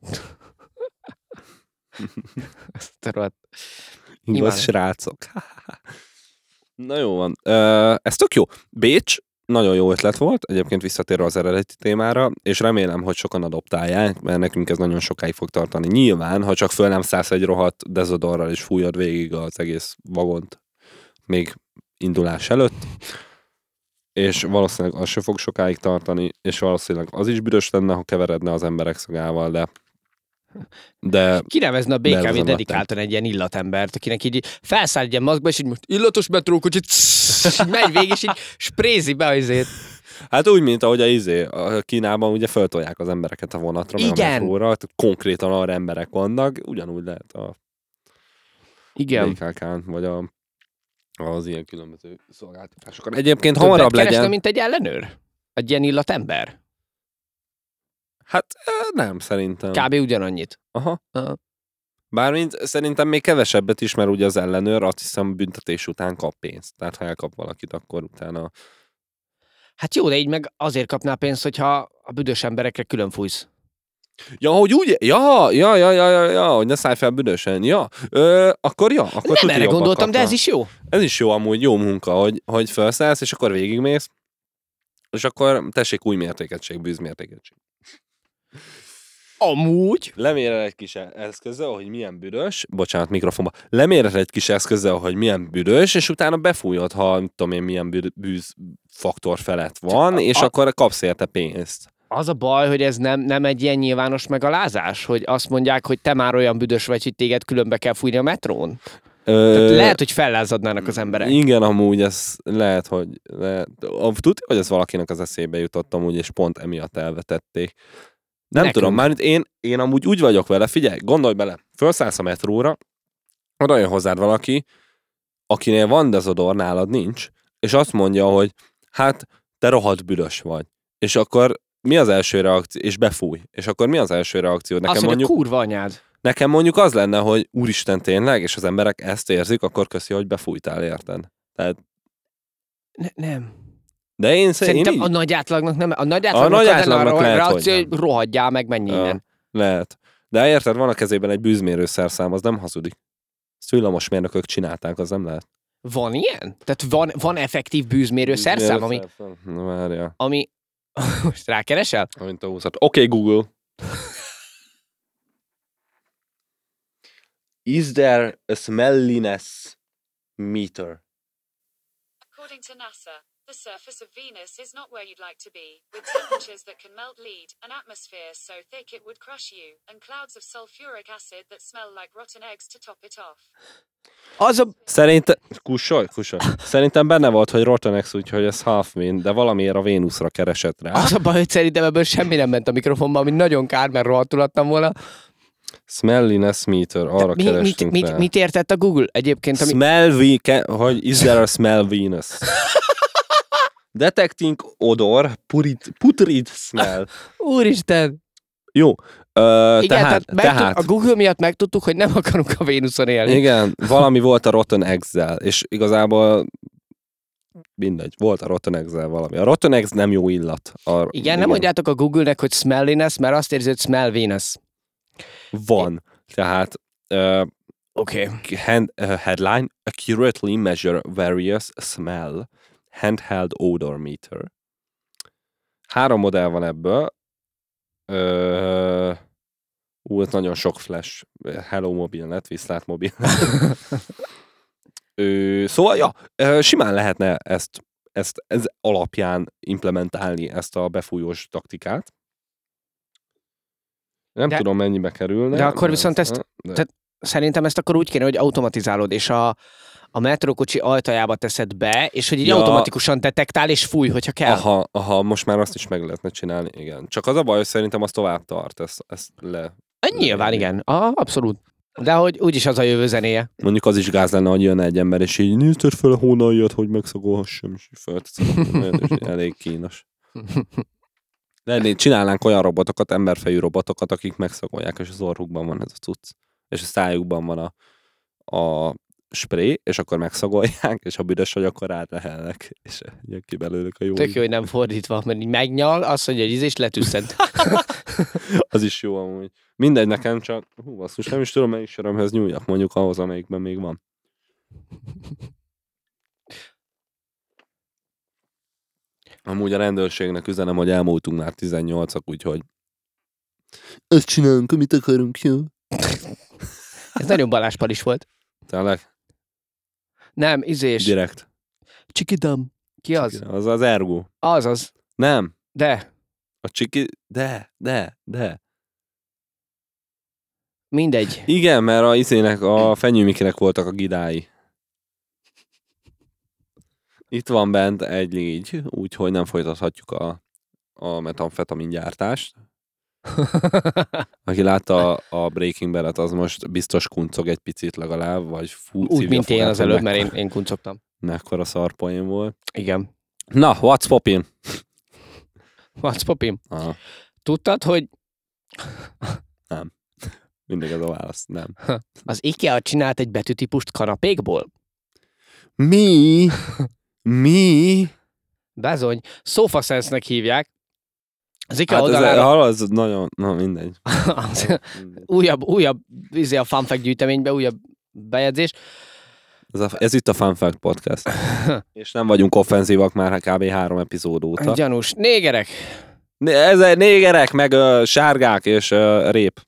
Ezt terület. Igaz, Imádom. srácok. Na jó van. Ez tök jó. Bécs, nagyon jó ötlet volt, egyébként visszatérve az eredeti témára, és remélem, hogy sokan adoptálják, mert nekünk ez nagyon sokáig fog tartani. Nyilván, ha csak föl nem szállsz egy rohadt dezodorral, és fújod végig az egész vagont, még indulás előtt. és valószínűleg az se fog sokáig tartani, és valószínűleg az is büdös lenne, ha keveredne az emberek szagával, de Kinevezne a Belvezem BKV lettem. dedikáltan egy ilyen illatembert, akinek így felszáll egy ilyen maszkba, és így most illatos metrókocsit, így megy végig, és így sprézi be azért. hát úgy, mint ahogy a Kínában ugye föltolják az embereket a vonatra, meg a Igen. metróra, tehát konkrétan arra emberek vannak, ugyanúgy lehet a Igen. BKK-n, vagy az ilyen különböző szolgáltatásokon. Egyébként Többet hamarabb keresne, legyen. mint egy ellenőr? Egy ilyen illatember? Hát nem, szerintem. Kb. Ugyanannyit. Aha. Aha. Bármint szerintem még kevesebbet is, mert ugye az ellenőr azt hiszem büntetés után kap pénzt. Tehát ha elkap valakit, akkor utána... Hát jó, de így meg azért kapnál pénzt, hogyha a büdös emberekre külön fújsz. Ja, hogy úgy... Ja, hogy ne szállj fel büdösen. Ja, akkor Nem tuti erre jobban gondoltam, de kapna. ez is jó. Ez is jó amúgy, jó munka, hogy felszállsz, és akkor végigmész, és akkor tessék új mértékegység, bűzmértékegység. Amúgy. Leméred egy kis eszközzel, hogy milyen büdös, bocsánat, mikrofonba, leméred egy kis eszközzel, hogy milyen büdös, és utána befújod, ha nem tudom én milyen bűzfaktor felett van, és akkor kapsz érte pénzt. Az a baj, hogy ez nem egy ilyen nyilvános megalázás, hogy azt mondják, hogy te már olyan büdös vagy, hogy téged különbe kell fújni a metrón. Tehát lehet, hogy fellázadnának az emberek. Igen, amúgy ez lehet, hogy tudja, hogy ez valakinek az eszébe jutott amúgy, és pont emiatt elvetették. Nem Nekünk. tudom, már én amúgy úgy vagyok vele, figyelj, gondolj bele, felszállsz a metróra, oda jön hozzád valaki, akinél van dezodor, nálad nincs, és azt mondja, hogy hát te rohadt büdös vagy. És akkor mi az első reakció? És befúj. És akkor mi az első reakció? Azt mondja, kurva anyád. Nekem mondjuk az lenne, hogy úristen tényleg, és az emberek ezt érzik, akkor köszi, hogy befújtál, érted? Tehát, Nem. de én Szerintem így a nagy átlagnak nem. A nagy nagy átlagnak átlagnak a lehet, reakció, hogy hogy rohadjál meg, menj innen. lehet. De érted, van a kezében egy bűzmérőszerszám, az nem hazudik. Ezt villamosmérnökök csinálták, az nem lehet. Van ilyen? Tehát van effektív bűzmérő szerszám, Na, várjál. ami... Most rákeresel? Amint a 20. Oké, Google. Is there a smelliness meter? According to NASA, the surface of Venus is not where you'd like to be, with temperatures that can melt lead, an atmosphere so thick it would crush you, and clouds of sulfuric acid that smell like rotten eggs to top it off. Szerintem... Kussolj. Szerintem benne volt, hogy Rotonex, úgyhogy ez half win, de valamiért a Vénuszra keresett rá. Az a baj, hogy szerintem ebből semmi nem ment a mikrofonba, ami nagyon kár, mert rohadtul adtam volna. Smelliness meter, arra kerestünk rá. Mit értett a Google egyébként? Hogy is there a smell Venus? Detecting odor, putrid smell. Úristen! Jó. Igen, tehát a Google miatt megtudtuk, hogy nem akarunk a Vénuszon élni. igen, valami volt a Rotten Eggs-zel, és igazából mindegy, volt a Rotten Eggs-zel valami. A Rotten Eggs nem jó illat. Igen, nem mondjátok a Google-nek, hogy smelliness, mert azt érzi, hogy smell Venus. Van. Tehát Oké. headline, accurately measure various smell, handheld odor meter. 3 modell van ebből. Ez nagyon sok flash. Hello mobilnet, viszlát mobil. Szóval, ja, simán lehetne ez alapján implementálni ezt a befújós taktikát. Nem tudom, mennyibe kerülne. De akkor viszont tehát szerintem ezt akkor úgy kéne, hogy automatizálod, és a metrókocsi ajtajába teszed be, és hogy így automatikusan detektál, és fúj, hogyha kell. Aha, most már azt is meg lehetne csinálni, igen. Csak az a baj, hogy szerintem az tovább tart, ezt le... Nyilván, igen. Abszolút. De hogy úgyis az a jövő zenéje. Mondjuk az is gáz lenne, hogy jön egy ember, és így nézted fel honnan jött, hogy megszagolhassam, és elég kínos. Csinálnánk olyan robotokat, emberfejű robotokat, akik megszagolják, és az orrukban van ez a cucc. És a szájukban van a spray, és akkor megszagolják, és ha büdös vagy, akkor átlehelnek, és jön ki belőlük a jó. Tök jó, hogy nem fordítva, mert így megnyal, azt mondja, hogy és letűszent. Az is jó amúgy. Mindegy, nekem csak, basszus, nem is tudom, melyik sörömhez nyúljak, mondjuk ahhoz, amelyikben még van. Amúgy a rendőrségnek üzenem, hogy elmúltunk már 18-ak, úgyhogy ezt csinálunk, amit akarunk, jó? Ez nagyon Balázs is volt. Tényleg? Nem, izés. Direkt. Csikidam. Ki az? Az az Ergo. Az. Nem. De. A Csiki... De. Mindegy. Igen, mert a izének, a Fenyőmikinek voltak a gidái. Itt van bent egy légy, úgyhogy nem folytathatjuk a metamfetamin gyártást. Aki látta a Breaking Bad-et, az most biztos kuncog egy picit legalább, vagy Úgy, mint én az előbb, mert én kuncogtam. Mekkora szarpoén volt. Igen. Na, what's poppin? What's poppin? Aha, Tudtad, hogy mindig ez a válasz. Nem. az IKEA csinált egy betűtípust kanapékból? Mi? Bezony. Sofasense-nek hívják. Az IKEA Hát ez, oldalára... az nagyon... Na, mindegy. újabb a fun fact gyűjteménybe, újabb bejegyzés. Ez itt a Fun Fact Podcast. És nem vagyunk offenzívak már kb. 3 epizód óta. Gyanús. Négerek. Ez négerek, meg sárgák és rép.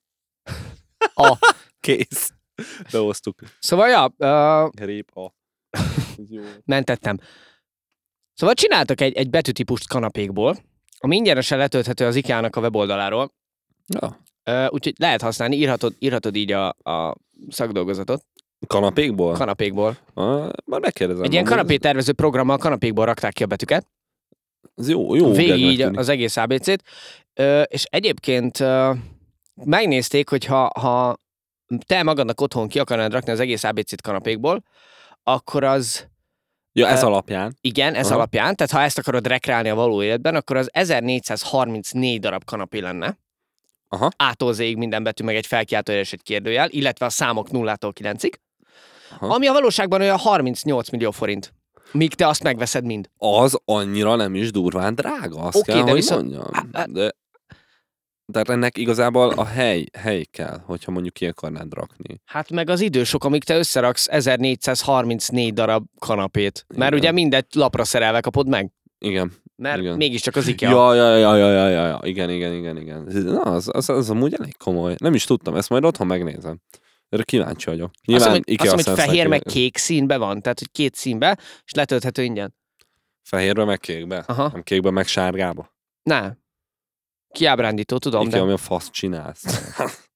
Kész. Behoztuk. Szóval, ja, Rép Jó. mentettem. Szóval csináltak egy betűtípust kanapékból, ami ingyenesen letölthető az IKEA-nak a weboldaláról. Ja. Úgyhogy lehet használni, írhatod így a szakdolgozatot. Kanapékból? Kanapékból. Már megkérdezem. Egy ilyen kanapé tervező programmal kanapékból rakták ki a betűket. Ez jó Végig gagnek így tűnik. az egész ABC-t. És egyébként megnézték, hogy ha te magadnak otthon ki akarnád rakni az egész ABC-t kanapékból, akkor az... Ja, ez alapján. Igen, ez Aha. alapján. Tehát ha ezt akarod rekreálni a való életben, akkor az 1434 darab kanapé lenne. Aha. A-tól Z-ig minden betű, meg egy felkiáltójel és egy kérdőjel, illetve a számok 0-tól 9-ig. Aha. Ami a valóságban olyan 38 millió forint. Míg te azt megveszed mind. Az annyira nem is durván drága, azt Oké, kell, de hogy viszont- mondjam. De ennek igazából a hely kell, hogyha mondjuk ki akarnád rakni. Hát meg az idő sok, amíg te összeraksz 1434 darab kanapét. Mert Igen. ugye mindegy lapra szerelve kapod meg. Igen. Mert Igen. mégiscsak az IKEA. Ja. Igen. Na, az amúgy elég komoly. Nem is tudtam, ezt majd otthon megnézem. Erre kíváncsi vagyok. Azt Nyilván mondom, hogy Sense-nek fehér meg igen. kék színbe van, tehát hogy 2 színbe, és letölthető ingyen. Fehérbe meg kékbe? Aha. Nem kékbe meg sárgába? Ne. Kiábrándító, tudom, Ikea, de... ami a fasz csinálsz.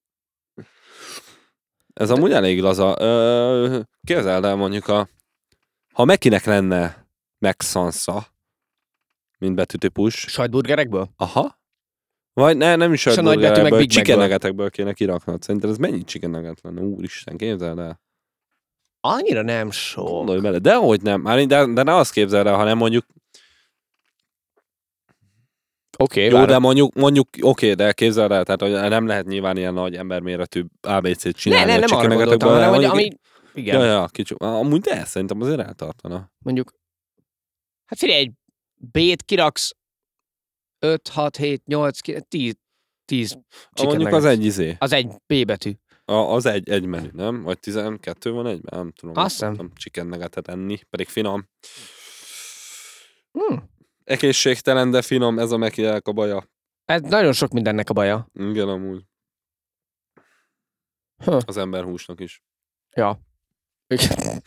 Ez amúgy elég laza. Képzeld el mondjuk ha Mekinek lenne megszansza, mint betűtípus. Sajtburgerekből? Aha. Vagy nem is És a nagy betű meg burgerekből, Big chicken Macből. nuggetekből kéne kiraknod. Szerinted ez mennyi chicken nugget lenne? Úristen, képzeld el. Annyira nem sok. Gondolj bele. Dehogy nem. De ne azt képzeld el, hanem mondjuk Oké, jó, de mondjuk oké, de képzeld el, tehát hogy nem lehet nyilván ilyen nagy emberméretű ABC-t csinálni. nem a arra chicken gondoltam, nuggetekből, hanem hogy mondjuk- ami... Igen, Ja, kicsi. Amúgy de szerintem azért eltartana. mondjuk... Hát figyelj, egy B-t kiraksz 5, 6, 7, 8, 9, 10 Mondjuk az egy izé. Az egy B betű. Az egy menü, nem? Vagy 12 van egyben? Nem tudom. Azt hiszem. Nem chicken nuggetet enni, pedig finom. Egészségtelen, de finom, ez a Mekinek a baja. Ez nagyon sok mindennek a baja. Igen, amúgy. Huh. Az emberhúsnak is. Ja. Igen.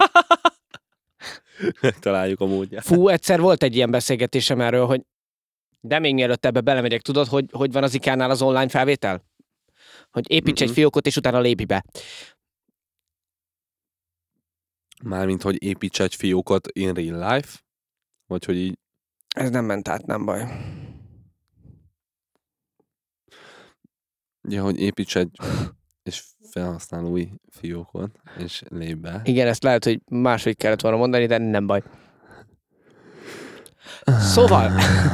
Találjuk a módját. Fú, egyszer volt egy ilyen beszélgetésem erről, hogy de még mielőtt ebbe belemegyek, tudod, hogy van az IKEA-nál az online felvétel? Hogy építs egy fiókot, és utána lépj be. Mármint, hogy építs egy fiókot in real life? Vagy hogy így... Ez nem ment át, nem baj. Ja, hogy építs egy... és felhasználói fiókot, és lépj be. Igen, ezt lehet, hogy máshogy kellett volna mondani, de nem baj. Szóval...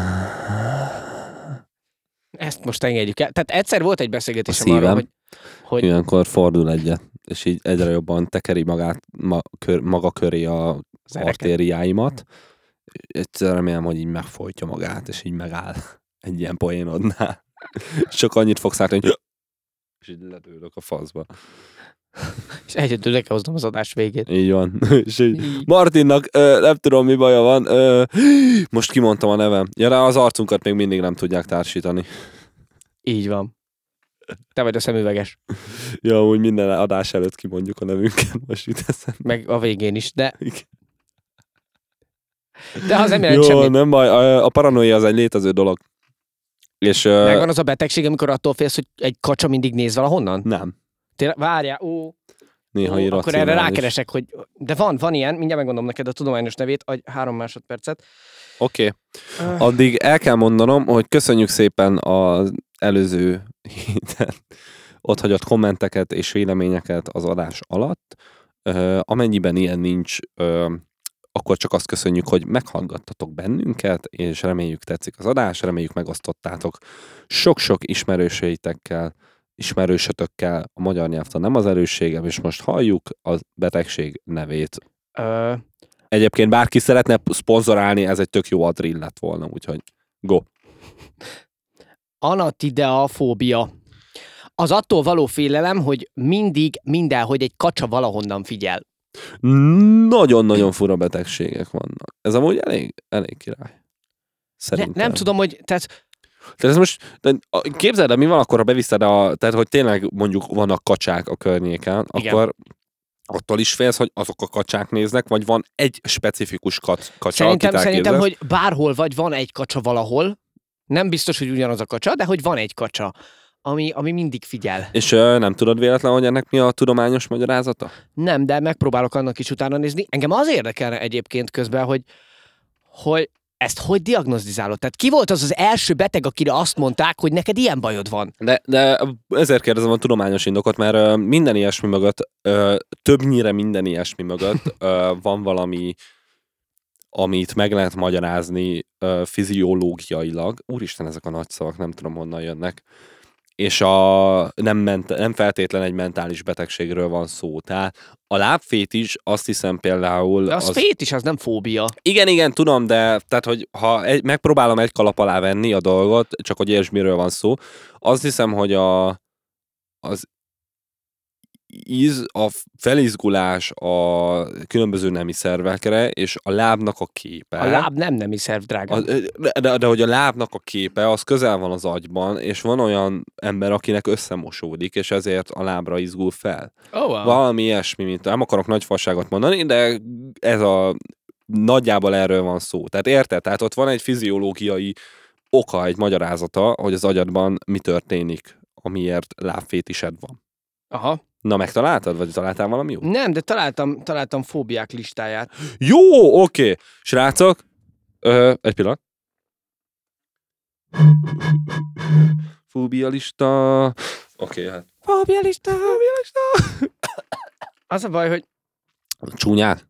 Ezt most engedjük el. Tehát egyszer volt egy beszélgetésem A szívem. arról, hogy Ilyenkor fordul egyet, és így egyre jobban tekeri maga köré a ereket. artériáimat. Egyszer remélem, hogy így megfojtja magát, és így megáll egy ilyen poénodnál. És csak annyit fogsz látni, hogy és így ledőlök a faszba. és egyedül le kell hoznom az adás végét. Így van. És így, Martinnak nem tudom, mi baja van. Most kimondtam a nevem. Ja, de az arcunkat még mindig nem tudják társítani. Így van. Te vagy a szemüveges. Ja, úgy minden adás előtt kimondjuk a nevünket. Most jut eszembe. Meg a végén is, de Igen. De az nem jelent Jó, semmit. nem baj, a paranoia az egy létező dolog. És Megvan az a betegség, amikor attól félsz, hogy egy kacsa mindig néz valahonnan? nem. Tényleg, várjál, Néha akkor erre irracionális. rákeresek, hogy... De van ilyen, mindjárt megmondom neked a tudományos nevét, 3 másodpercet. Oké. Addig el kell mondanom, hogy köszönjük szépen az előző héten ott hagyott kommenteket és véleményeket az adás alatt. Amennyiben ilyen nincs, akkor csak azt köszönjük, hogy meghallgattatok bennünket, és reméljük tetszik az adás, reméljük megosztottátok sok-sok ismerősötökkel. A magyar nyelvtan nem az erősségem, és most halljuk a betegség nevét. Egyébként bárki szeretne szponzorálni, ez egy tök jó adrill lett volna, úgyhogy go! Anatideafóbia. Az attól való félelem, hogy mindig mindenhogy egy kacsa valahonnan figyel. Nagyon-nagyon fura betegségek vannak. Ez amúgy elég király. Szerintem. Nem tudom, hogy... Tehát ez most, képzeld el, mi van akkor, ha beviszed tehát hogy tényleg mondjuk vannak kacsák a környéken, Igen. akkor attól is félsz, hogy azok a kacsák néznek, vagy van egy specifikus kacsa, akit Szerintem, elképzelsz? hogy bárhol vagy van egy kacsa valahol, nem biztos, hogy ugyanaz a kacsa, de hogy van egy kacsa, ami mindig figyel. És nem tudod véletlen, hogy ennek mi a tudományos magyarázata? Nem, de megpróbálok annak is utána nézni. Engem az érdekelne egyébként közben, hogy ezt hogy diagnosztizálod? Tehát ki volt az első beteg, akire azt mondták, hogy neked ilyen bajod van? De ezért kérdezem a tudományos indokot, mert minden ilyesmi mögött, többnyire minden ilyesmi mögött van valami, amit meg lehet magyarázni fiziológiailag. Úristen, ezek a nagy szavak, nem tudom honnan jönnek. És nem feltétlen egy mentális betegségről van szó. Tehát a lábfétis, azt hiszem például... De az fétis, az nem fóbia. Igen, tudom, de tehát, hogy ha megpróbálom egy kalap alá venni a dolgot, csak hogy értsd, miről van szó, azt hiszem, hogy az a felizgulás a különböző nemi szervekre, és a lábnak a képe. A láb nem nemi szerv, drága. De hogy a lábnak a képe, az közel van az agyban, és van olyan ember, akinek összemosódik, és ezért a lábra izgul fel. Oh, wow. Valami ilyesmi, mint nem akarok nagy fasságot mondani, de ez nagyjából erről van szó. Tehát érted? Tehát ott van egy fiziológiai oka, egy magyarázata, hogy az agyadban mi történik, amiért lábfétised van. Aha. Na, megtaláltad? Vagy találtál valami jó? Nem, de találtam fóbiák listáját. Jó, oké. Srácok, egy pillanat. Fóbia lista. Oké, hát. Fóbia lista. Az a baj, hogy Csúnyák.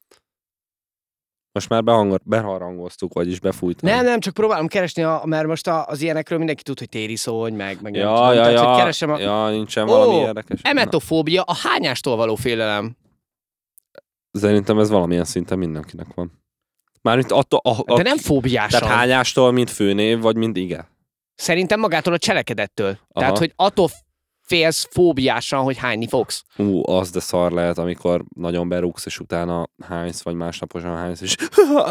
Most már beharangoztuk, vagyis befújtam. nem, csak próbálom keresni, mert most az ilyenekről mindenki tud, hogy tériszony, meg nem tudom. Ja, Tehát, hogy keresem nincsen valami érdekes. emetofóbia, a hányástól való félelem. Szerintem ez valamilyen szinten mindenkinek van. Mármint attól... De nem fóbiásan. Tehát hányástól, mint főnév, vagy mint ige? Szerintem magától a cselekedettől. Aha. Tehát, hogy attól félsz fóbiásan, hogy hányni fogsz. Az de szar lehet, amikor nagyon berúgsz, és utána hánysz, vagy másnaposan hánysz, és...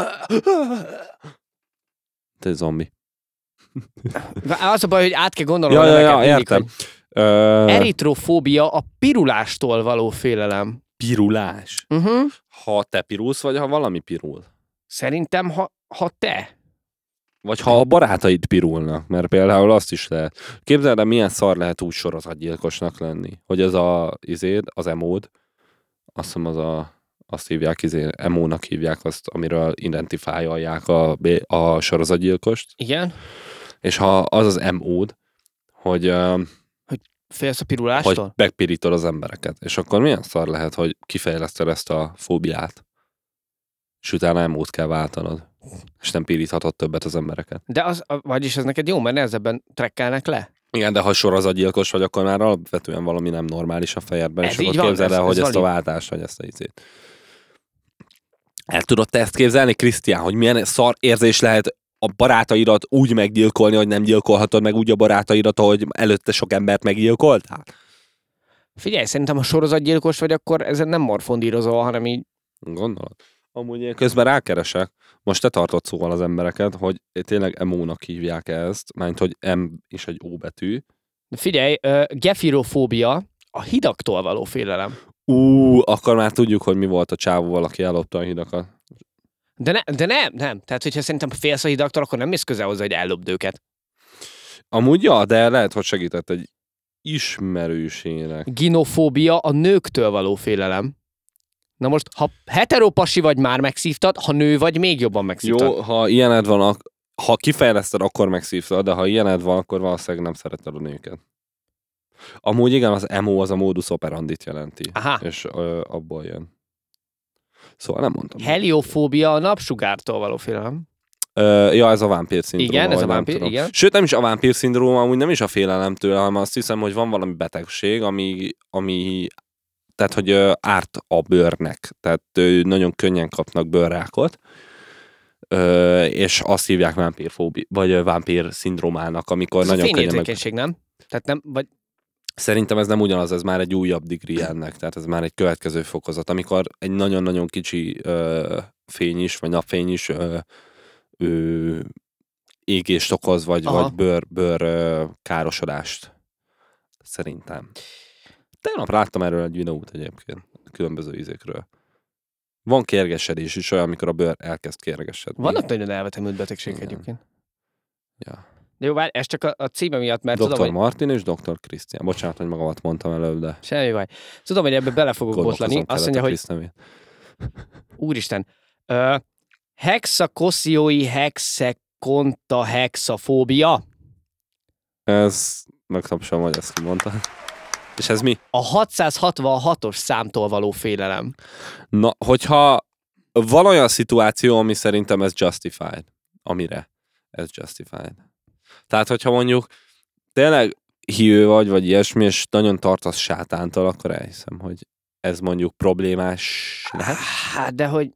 Te zombi. Az a baj, hogy át kell gondolnom neveket mindig, értem. hogy eritrofóbia a pirulástól való félelem. Pirulás. Ha te pirulsz, vagy ha valami pirul. Szerintem, ha te. Vagy ha a barátaid pirulnak, mert például azt is lehet. Képzeld el, milyen szar lehet úgy sorozatgyilkosnak lenni, hogy ez az emód, azt hiszem azt hívják, emónak hívják azt, amiről identifálják a sorozatgyilkost. Igen. És ha az emód, hogy Félsz a pirulástól? hogy megpirítod az embereket. És akkor milyen szar lehet, hogy kifejleszted ezt a fóbiát, és utána emót kell váltanod, és nem piríthatod többet az embereket. De vagyis ez neked jó, mert nehezebben trekkelnek le. Igen, de ha sorozatgyilkos vagy, akkor már alapvetően valami nem normális a fejedben, Ez és így akkor van, képzeld el, ez hogy ezt a valid. váltást, vagy ezt a izét. El tudod te ezt képzelni, Krisztián, hogy milyen szar érzés lehet a barátaidat úgy meggyilkolni, hogy nem gyilkolhatod meg úgy a barátaidat, hogy előtte sok embert meggyilkoltál? Figyelj, szerintem ha sorozatgyilkos vagy, akkor ezen nem morfondírozol, hanem így... Gondolod? Amúgy én közben rákeresek. Most te tartod szóval az embereket, hogy tényleg emónak hívják ezt, mert hogy M és egy O betű. Figyelj, gefirofóbia, a hidaktól való félelem. Akkor már tudjuk, hogy mi volt a csávóval, aki ellopta a hidakat. De nem. Tehát, hogyha szerintem félsz a hidagtól, akkor nem mész közel hozzá, hogy ellopd őket. Amúgy ja, de lehet, hogy segített egy ismerősének. Ginofóbia a nőktől való félelem. Na most, ha heteropasi vagy, már megszívtad, ha nő vagy, még jobban megszívtad. Jó, ha ilyened van, ha kifejleszted, akkor megszívtad, de ha ilyened van, akkor valószínűleg nem szereted a nőket. Amúgy igen, az emo az a modus operandit jelenti. Aha. És abból jön. Szóval nem mondtam. Heliofóbia a napsugártól való félelem. Ja, ez a vámpír szindróma. Igen, ez a vagy nem vámpír, tudom. igen. Sőt, nem is a vámpír szindróma, amúgy nem is a félelemtől, hanem azt hiszem, hogy van valami betegség, ami tehát, hogy árt a bőrnek. Tehát nagyon könnyen kapnak bőrrákot, és azt hívják vagy vámpír szindrómának, amikor Ez nagyon a könnyen fényérzékenység, nem? Tehát nem, vagy... Szerintem ez nem ugyanaz, ez már egy újabb degree ennek, tehát ez már egy következő fokozat, amikor egy nagyon-nagyon kicsi fény is, vagy napfény is égést okoz, vagy bőr károsodást. Szerintem. Tegnap láttam erről egy videót egyébként, különböző ízékről. Van kérgesedés is olyan, amikor a bőr elkezd kérgesedni. Vannak nagyon elvetemült betegségek Igen. egyébként. Ja. De jó, várj, ez csak a címe miatt, mert Dr. tudom, hogy... Martin és Dr. Krisztián. Bocsánat, hogy magamat mondtam előbb, de Semmi baj. Tudom, hogy ebbe bele fogok botlani. Azt mondja, hogy... Úristen. Hexakosziói hexekonta hexafóbia. Ez megtapsam, hogy ezt kimondta. És ez mi? A 666-os számtól való félelem. Na, hogyha van olyan szituáció, ami szerintem ez justified. Amire ez justified. Tehát, hogyha mondjuk tényleg hívő vagy ilyesmi, és nagyon tartasz sátántól, akkor elhiszem, hogy ez mondjuk problémás lehet. Hát, de hogy...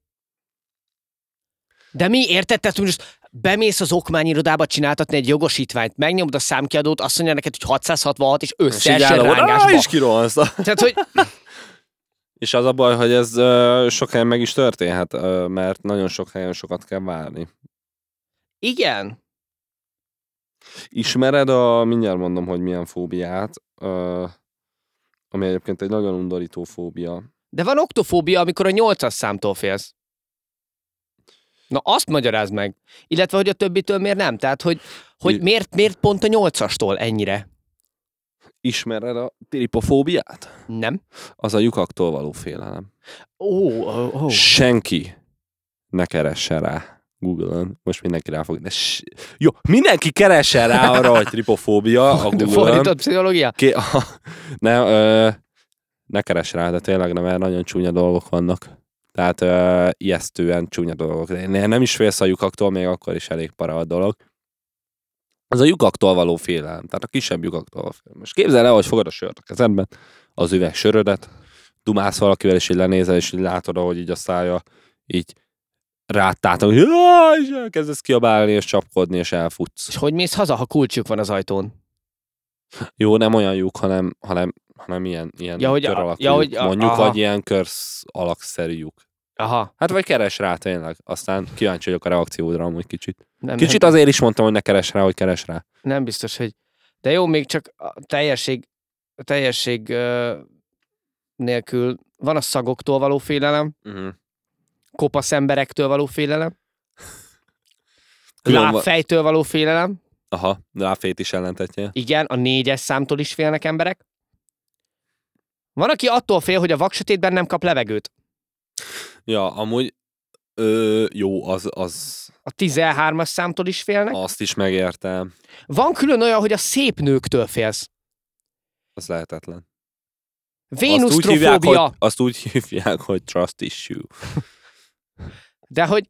De mi, érted? Tehát most bemész az okmányirodába csináltatni egy jogosítványt, megnyomod a számkiadót, azt mondja neked, hogy 666, és összeesel rángásba. És kirohansz. Tehát, hogy... És az a baj, hogy ez sok helyen meg is történhet, mert nagyon sok helyen sokat kell várni. Igen. Ismered mindjárt mondom, hogy milyen fóbiát, ami egyébként egy nagyon undorító fóbia. De van oktofóbia, amikor a 8-as számtól félsz. Na azt magyarázd meg. Illetve, hogy a többitől miért nem? Tehát, hogy miért pont a 8-astól ennyire? Ismered a tripofóbiát? Nem. Az a lyukaktól való félelem. Ó. Senki ne keressen rá Google-ön. Most mindenki rá fog. Jó, mindenki keressen rá arra, hogy tripofóbia a Google-ön. Fordított pszichológia? Ne keress rá, de tényleg nem, mert nagyon csúnya dolgok vannak. Tehát ijesztően csúnya dolgok. Nem is félsz a lyukaktól, még akkor is elég para a dolog. Az a lyukaktól való félelem. Tehát a kisebb lyukaktól való félelem. Most képzeld el, hogy fogod a sört a kezedben, az üveg sörödet, dumálsz valakivel, és így lenézel, és így látod, ahogy így a szája így ráttátok, és elkezdesz kiabálni, és csapkodni, és elfutsz. És hogy mész haza, ha kulcsuk van az ajtón? Jó, nem olyan lyuk, hanem ilyen kör alakú lyuk, mondjuk, vagy ilyen körsz alakszerű lyuk. Aha. Hát vagy keres rá tényleg, aztán kíváncsi vagyok a reakciódra amúgy kicsit. Nem, Azért is mondtam, hogy ne keres rá, hogy keres rá. Nem biztos, hogy... De jó, még csak a teljesség nélkül van a szagoktól való félelem, kopasz emberektől való félelem, lábfejtől való félelem. Aha, lábfejt is ellentetje. Igen, a 4-es számtól is félnek emberek. Van, aki attól fél, hogy a vaksötétben nem kap levegőt. Ja, amúgy jó, az... A 13-as számtól is félnek. Azt is megértem. Van külön olyan, hogy a szép nőktől félsz. Az lehetetlen. Vénusztrofóbia. Azt úgy hívják, hogy trust issue. De hogy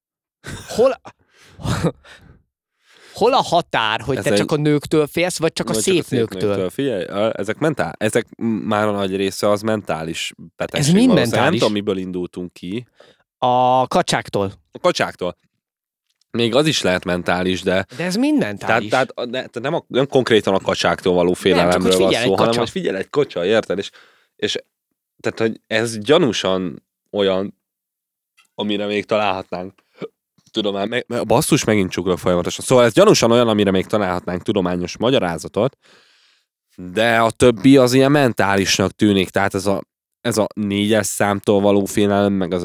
hol a határ, hogy te csak a nőktől félsz, vagy csak a szép nőktől? Figyelj, ezek már a nagy része az mentális betegség. Ez mind mentális. Nem tudom, miből indultunk ki. A kacsáktól. A kacsáktól. Még az is lehet mentális, de... De ez mind mentális. Tehát nem konkrétan a kacsáktól való félelemről van szó, hanem hogy figyel egy kacsa, érted? És tehát, hogy ez gyanúsan olyan, amire még találhatnánk tudomány... Basszus, megint csuklok folyamatosan. Szóval ez gyanúsan olyan, amire még találhatnánk tudományos magyarázatot, de a többi az ilyen mentálisnak tűnik. Tehát ez a 4-es számtól való félelem, meg az a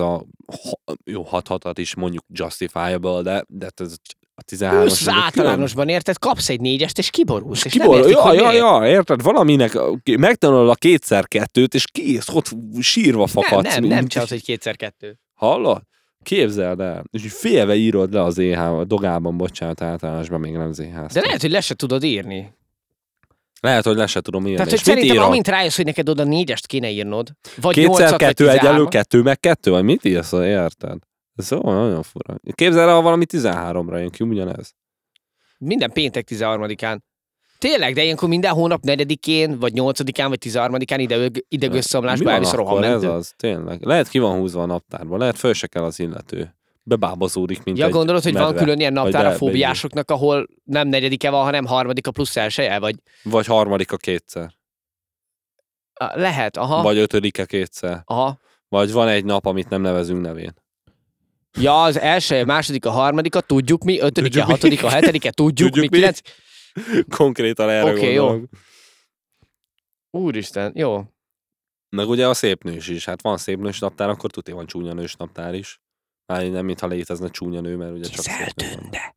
jó 6-6-at is mondjuk justifiable, de ez a 13-as... Ősz általánosban, érted? Kapsz egy 4-est, és kiborulsz. És Kiborul, nem értik, hogy miért. érted? Valaminek megtanulod a 2x2-t, és kész, ott sírva fakadsz. Nem csinálsz, hogy 2x2. Hallod? Képzeld el. És félve írod le az EH, a dogában, bocsánat, általánosban még nem ZH-ztam. De lehet, hogy le se tudod írni. Lehet, hogy le se tudom írni. Tehát, hogy és mit szerintem, írod? amint rájössz, hogy neked oda 4-est kéne írnod, vagy 8-at, 2x2 vagy egyenlő 13-at. 2 meg 2, vagy mit írsz, érted? Ez nagyon fura. Képzeld el, ha valami 13-ra jön ki, ugyanez. Minden péntek 13-án. Tényleg, de ilyenkor minden hónap 4-én, vagy 8-án, vagy 13-án idegösszomlásba Mi van elvisz a akkor? Ez rohammentő. az, tényleg. Lehet ki van húzva a naptárban, lehet föl se kell az illető. Bebábozódik, mint Ja, egy gondolod, hogy van medve. külön ilyen naptár a Vagy fóbiásoknak, ahol nem 4-e van, hanem 3-a plusz elsője, vagy Vagy 3-a kétszer. lehet, aha. Vagy 5-e kétszer. Aha. Vagy van egy nap, amit nem nevezünk nevén. Ja, az első, második, a harmadika, tudjuk mi, 5-e, Tudjuk mi. 6-a, 7-e, tudjuk mi, 9. Konkrétan erre Oké, jó. gondolok. Úristen, jó. Meg ugye a szépnős is. Hát van szépnős naptár, akkor tuti van csúnya nős naptár is. Már nem, mintha létezne csúnya nő, mert ugye csak szépnő van. Kizeltünde.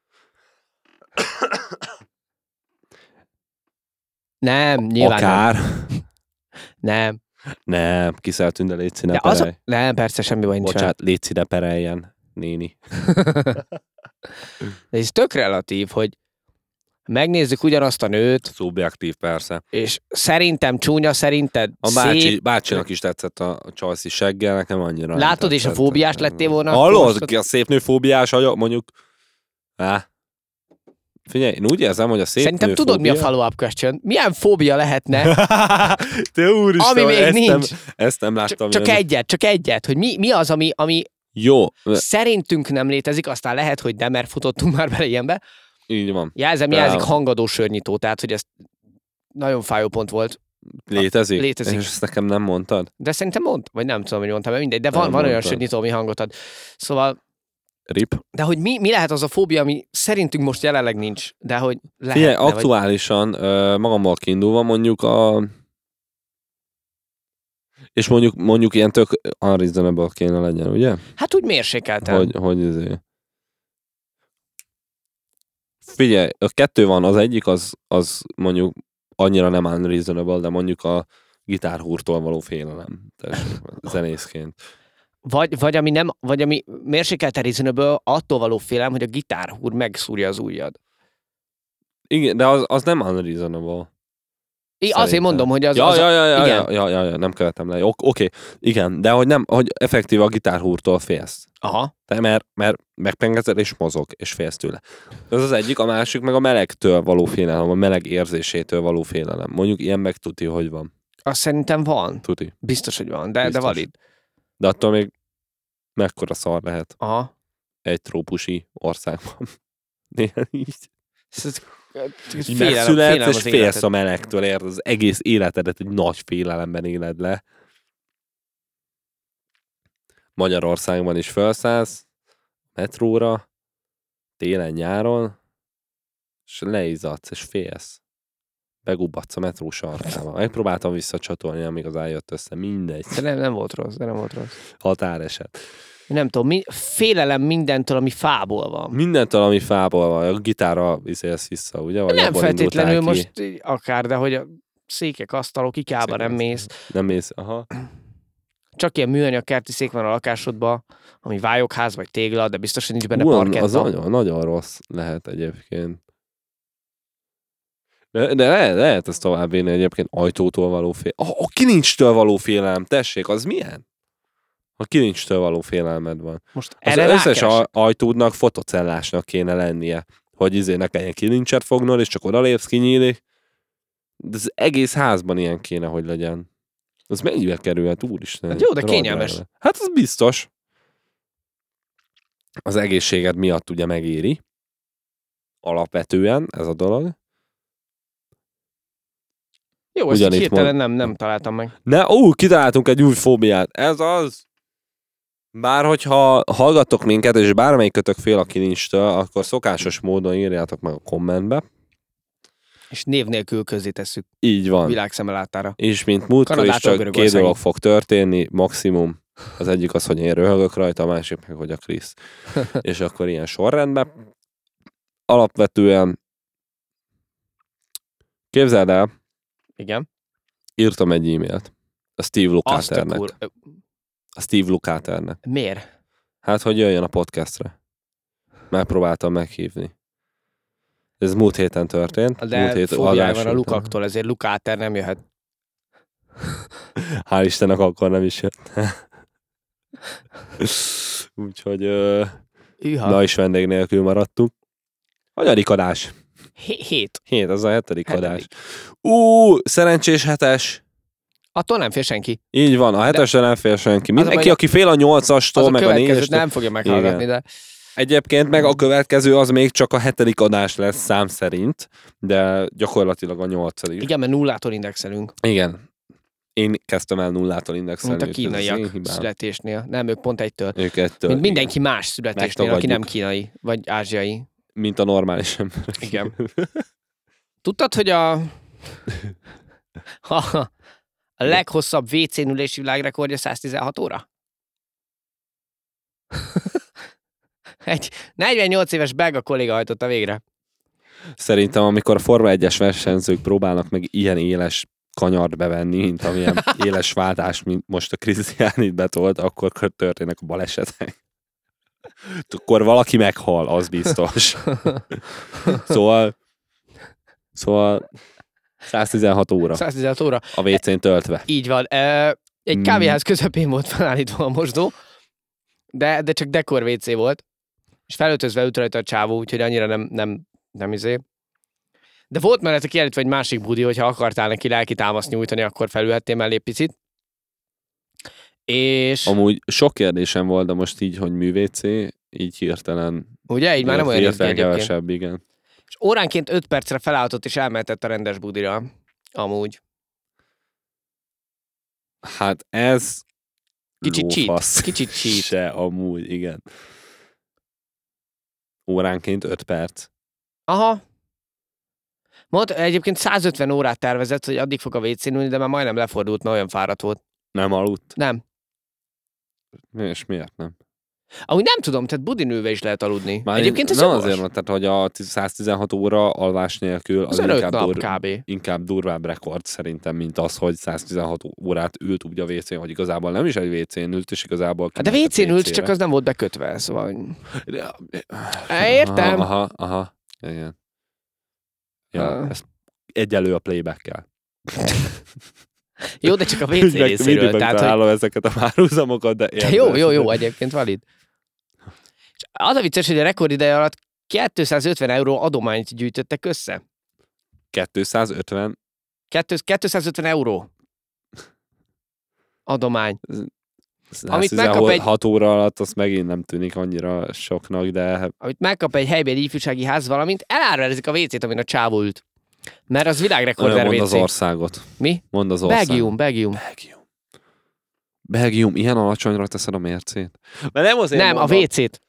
Nem, nyilván Akár. nem. Nem, Kiszeltünde, légy színe, De az perelj. nem, persze, semmi baj nincs. Bocsánat, légy színe, pereljen, néni. De ez tök relatív, hogy megnézzük ugyanazt a nőt, Szubjektív, persze. és szerintem csúnya, szerinted A szép. bácsinak is tetszett a Chelsea seggel, nekem annyira nem Látod, és a tetszett. fóbiás lettél volna? Hallod, akkor ki a szép nő fóbiás, mondjuk... Figyelj, én úgy érzem, hogy a szép Szerintem nő tudod, mi a fóbia... follow-up question? Milyen fóbia lehetne, Te úristen, ami még nincs? Ezt nem láttam. Csak jönni. egyet, hogy mi az, ami Jó, szerintünk nem létezik, aztán lehet, hogy nem, mert futottunk már bele ilyenbe. így van. Jelzik hangadó sörnyitó, tehát, hogy ez nagyon fájó pont volt. Létezik? Létezik. És ezt nekem nem mondtad? De szerintem vagy nem tudom, hogy mondtam, mindegy, de Nem van olyan mondtad. sörnyitó, ami hangot ad. Szóval, RIP. de hogy mi lehet az a fóbia, ami szerintünk most jelenleg nincs, de hogy Figyelj, lehetne, vagy... aktuálisan magammal kiindulva mondjuk és mondjuk ilyen tök unreasonable kéne legyen, ugye? Hát úgy mérsékelten. Hogy Figyelj, a kettő van, az egyik az mondjuk annyira nem unreasonable, de mondjuk a gitárhúrtól való félelem. Tessék, zenészként. Vagy ami mérsékelten reasonable, attól való félelem, hogy a gitárhúr megszúrja az ujjad. Igen, de az nem unreasonable. Azért Szerintem. mondom, hogy az... Ja, nem követem le. Oké, igen, de hogy nem, hogy effektív a gitárhúrtól félsz. Aha. De mert megpengezed és mozog, és félsz tőle. Ez az egyik, a másik meg a melegtől való félelem, a meleg érzésétől való félelem. Mondjuk ilyen meg tuti, hogy van. Azt szerintem van. Tuti. Biztos, hogy van, de Biztos. valid. De attól még mekkora szar lehet Aha. egy trópusi országban. Néha így. Ez Így félelem megszületsz, az és félsz életed. a melegtől, érted? Az egész életedet egy nagy félelemben éled le. Magyarországban is felszállsz metróra, télen-nyáron, és leizzadsz, és félsz. Begubbatsz a metró sarkába. Megpróbáltam visszacsatolni, amíg az jött össze. Mindegy. De nem volt rossz, de nem volt rossz. Határeset. Nem tudom, félelem mindentől, ami fából van. Mindentől, ami fából van, a gitárra viszélsz vissza, ugye? Vagy Nem abból feltétlenül indultál ki. most így akár, de hogy a székek, asztalok, ikába nem mész. Nem mész, aha. Csak ilyen műanyag kerti szék van a lakásodban, ami vályogház vagy tégla, de biztos, hogy nincs benne Az parketta. nagyon, nagyon rossz lehet egyébként. De lehet ezt továbbvinni egyébként ajtótól való félelem. A kilincstől való félelem, tessék, az milyen? A kilincstől való félelmed van. Most Az erre összes rákeresek. ajtódnak fotocellásnak kéne lennie, hogy ne kelljen kilincset fognod, és csak odalépsz, kinyílik. De az egész házban ilyen kéne, hogy legyen. Az mennyibe kerülhet, úristen? Hát jó, de Rohadt kényelmes. drága. Hát az biztos. Az egészséged miatt ugye megéri. Alapvetően ez a dolog. Jó, ezt így ugyanitt hirtelen nem találtam meg. Kitaláltunk egy új fóbiát. Ez az. Bár hogyha hallgattok minket, és bármelyikkötök fél a kilincstől, akkor szokásos módon írjátok meg a kommentbe. És név nélkül közzé tesszük Így van. világ szeme láttára. És mint múltkor is Kanadától csak két Görögországig. dolog fog történni, maximum. Az egyik az, hogy én röhögök rajta, a másik meg, hogy a Krisz. És akkor ilyen sorrendben. Alapvetően képzeld el, Igen. írtam egy e-mailt a Steve Azt a Lukathernek. A Steve Lukathernek. Miért? Hát, hogy jöjjön a podcastre. Megpróbáltam meghívni. Ez múlt héten történt. múlt De hét fóbiája van a után. Lukaktól, ezért Lukáter nem jöhet. Hál' Istennek akkor nem is jött. Úgyhogy na is vendég nélkül maradtunk. Hanyadik adás? 7. 7, az a 7. Hetedik. adás. Szerencsés 7-es. Attól nem fél senki. Így van, a 7-esre nem fél senki. Az Mindenki, a baj, aki fél a 8-astól, Az a meg a következőt 4-estől. nem fogja meghallgatni, de Egyébként meg a következő az még csak a 7. adás lesz szám szerint, de gyakorlatilag a 8. igen, mert nullától indexelünk. Igen. Én kezdtem el nullától indexelni. Mint a úgyhogy ez az én kínaiak hibám. születésnél. Nem, ők pont egytől. Ők ettől. Mint mindenki más születésnél, aki nem Megtagadjuk. kínai, vagy ázsiai. Mint a normális ember. Igen. Tudtad, hogy a leghosszabb WC-n ülési világrekordja 116 óra? Egy 48 éves belga kolléga hajtotta végre. Szerintem, amikor a Forma 1-es versenyzők próbálnak meg ilyen éles kanyart bevenni, mint amilyen éles váltás, mint most a Krisztiánit betolt, akkor történnek a balesetek. Akkor valaki meghal, az biztos. Szóval 116 óra 116 óra. a WC-n töltve. Így van. Egy kávéház közepén volt felállítva a mosdó, de csak dekor WC volt, és felöltözve ült rajta a csávó, úgyhogy annyira nem izé. De volt mellette kiállítva egy másik budi, hogyha akartál neki lelki támaszt nyújtani, akkor felülhettél mellé picit. És Amúgy sok kérdésem volt, de most így, hogy művécé, így hirtelen. ugye, így már nem olyan izgi egyébként. kevesebb, igen. És óránként 5 percre felálltott és elmehetett a rendes budira. Amúgy. Hát ez Kicsit cheat. lófasz. Kicsit cheat. Se, amúgy, igen. Óránként 5 perc. Aha. Mondta, egyébként 150 órát tervezett, hogy addig fog a WC-n ülni, de már majdnem lefordult, mert olyan fáradt volt. Nem aludt? Nem. És miért nem? Ahogy nem tudom, tehát budin ülve is lehet aludni. Már Egyébként ez nem jogos. azért, mert tehát, hogy a 116 óra alvás nélkül az 5 nap kb. inkább durvább rekord szerintem, mint az, hogy 116 órát ült úgy a WC-n, hogy igazából nem is egy WC-n ült, és igazából... Hát de kimentett WC-n ült, WC-re. csak az nem volt bekötve, szóval... Értem. Aha. Igen. Ja, Ah. ez egyelő a playback-kel. Jó, de csak a WC Mindig részéről. Tehát, hogy... megtalálom ezeket a párhuzamokat, de érted. Jó, egyébként valid. És az a vicces, hogy a rekordideje alatt 250 euró adományt gyűjtöttek össze. 250. 250 euró. Adomány. Amit megkap egy- 6 óra alatt, az megint nem tűnik annyira soknak, de Amit megkap egy helybeli ifjúsági ház, valamint elárverezik a WC-t, amin a csávó ült. Mert az világrekorder mondd WC. az országot. Mi? Mondd az országot. Belgium. Belgium, ilyen alacsonyra teszed a mércét? Mert nem azért Nem, a mondom, WC-t.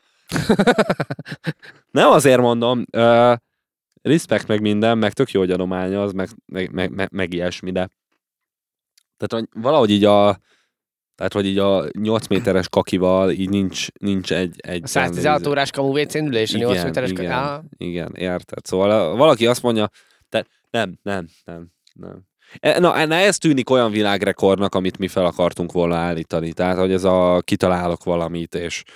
Nem azért mondom, respekt meg minden, meg tök jó, hogy adományoz, meg ilyesmi, de tehát hogy valahogy így a 8 méteres kakival így nincs egy A 116 órás kamu WC-n ülés, a 8 méteres igen, érted. Szóval valaki azt mondja, nem. Na, ez tűnik olyan világrekordnak, amit mi fel akartunk volna állítani. Tehát, hogy ez a kitalálok valamit,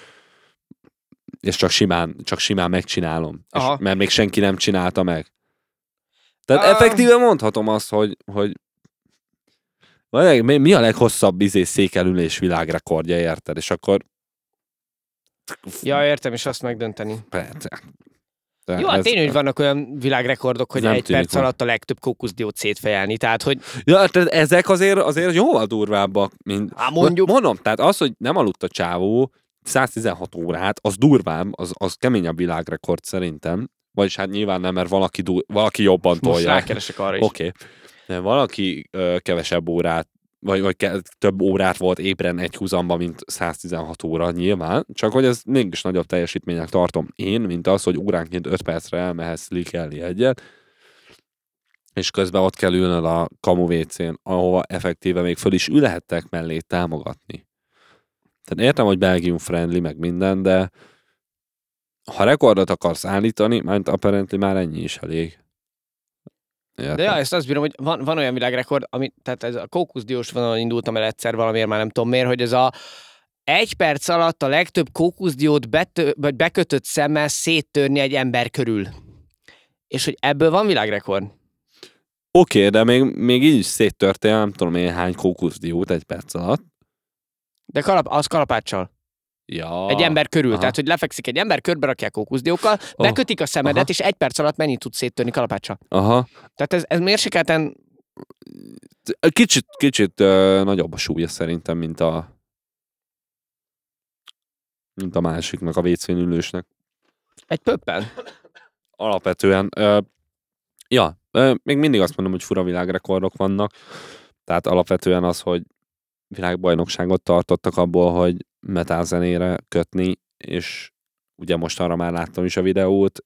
és csak simán megcsinálom. Mert még senki nem csinálta meg. Tehát effektíven mondhatom azt, hogy mi a leghosszabb székelülés világrekordja, érted? És akkor... Ja, értem, és azt megdönteni. Persze. Jó, hát tényleg, hogy vannak olyan világrekordok, hogy egy perc alatt a legtöbb kókuszdiót szétfejelni, tehát hogy... Ja, tehát ezek azért jóval durvábbak, mint... mondjuk... Mondom, tehát az, hogy nem aludt a csávó 116 órát, az durvább, az keményebb világrekord szerintem. Vagyis hát nyilván nem, mert valaki jobban tolja. Most rákeresek arra is. Oké. De valaki kevesebb órát, vagy több órát volt ébren egy húzamban, mint 116 óra nyilván, csak hogy ez mégis nagyobb teljesítménynek tartom én, mint az, hogy óránként 5 percre elmehetsz likelni egyet, és közben ott kell ülnöd a kamu WC-n, ahova effektíve még föl is ülhettek mellé támogatni. Tehát értem, hogy Belgium friendly, meg minden, de ha rekordot akarsz állítani, mert apparently már ennyi is elég. Értem. De ja, ezt azt bírom, hogy van olyan világrekord, tehát ez a kókuszdiós vonalon indultam el egyszer valamiért, már nem tudom miért, hogy ez a 1 perc alatt a legtöbb kókuszdiót vagy bekötött szemmel széttörni egy ember körül. És hogy ebből van világrekord. Oké, de még így is széttörtél, nem tudom én hány kókuszdiót 1 perc alatt. De az kalapáccsal. Ja. Egy ember körül. Aha. Tehát, hogy lefekszik egy ember, körbe rakják kókuszdiókkal, bekötik a szemedet, Aha. és 1 perc alatt mennyit tudsz széttörni kalapáccsal. Aha. Tehát ez mérsékelten... Kicsit nagyobb a súlya szerintem, mint a másiknak, a WC-n ülősnek. Egy pöppel. Alapvetően, még mindig azt mondom, hogy fura világrekordok vannak. Tehát alapvetően az, hogy világbajnokságot tartottak abból, hogy metálzenére kötni, és ugye most arra már láttam is a videót.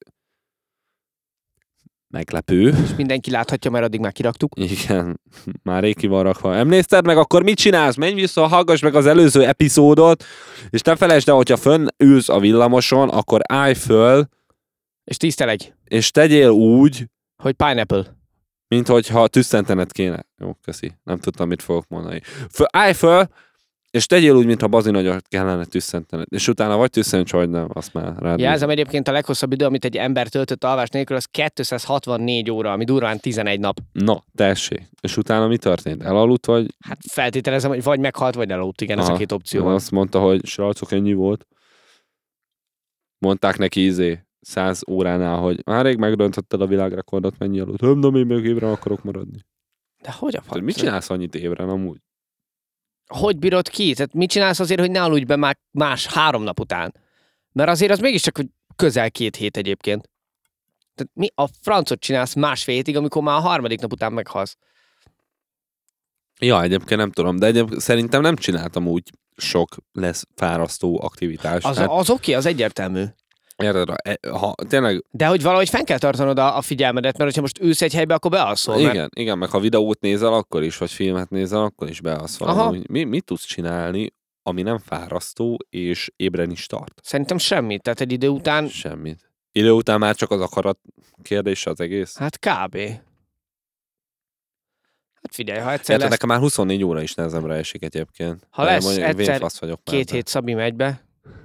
Meglepő. És mindenki láthatja, mert addig már kiraktuk. Igen, már rég ki van rakva. Emlékezted meg, akkor mit csinálsz? Menj vissza, hallgass meg az előző epizódot, és ne felejtsd el, hogyha fönn ülsz a villamoson, akkor állj föl, És tisztelegj, és tegyél úgy, hogy pineapple. mint hogyha tüsszentened kéne. Jó, köszi. Nem tudtam, mit fogok mondani. Állj föl, és tegyél úgy, mintha bazi nagyot kellene tüsszentened. És utána vagy tüsszents, vagy nem, azt már rád. Jelzem egyébként a leghosszabb idő, amit egy ember töltött alvás nélkül, az 264 óra, ami durván 11 nap. No, tessék. És utána mi történt? Elaludt, vagy? Hát feltételezem, hogy vagy meghalt, vagy elaludt. Igen, ez a 2 opció van. Azt mondta, hogy srácok, ennyi volt. Mondták neki 100 óránál, hogy már rég megdöntötted a világrekordot, mennyi aludt. Nem, én még évre akarok maradni. De hogy a Tehát mit csinálsz annyit évre, amúgy? Hogy bírod ki? Tehát mit csinálsz azért, hogy ne aludj be más 3 nap után? Mert azért az mégiscsak hogy közel 2 hét egyébként. Tehát mi a francot csinálsz 1,5 hétig, amikor már a 3. nap után meghalsz? Ja, egyébként nem tudom, de egyébként szerintem nem csináltam úgy sok lesz fárasztó aktivitás. Az oké, az egyértelmű. Érted, ha tényleg... De hogy valahogy fenn kell tartanod a figyelmedet, mert hogyha most ülsz egy helybe, akkor bealszol. Igen, meg ha videót nézel, akkor is, vagy filmet nézel, akkor is bealszol. Mit tudsz csinálni, ami nem fárasztó, és ébren is tart? Szerintem semmit, tehát egy idő után... Semmit. Idő után már csak az akarat kérdés az egész. Hát kb. Hát figyelj, ha egyszer Érted, lesz... nekem már 24 óra is nehezemre esik egyébként. Ha lesz egyszer vénfasz vagyok 2 hét Szabi megy be,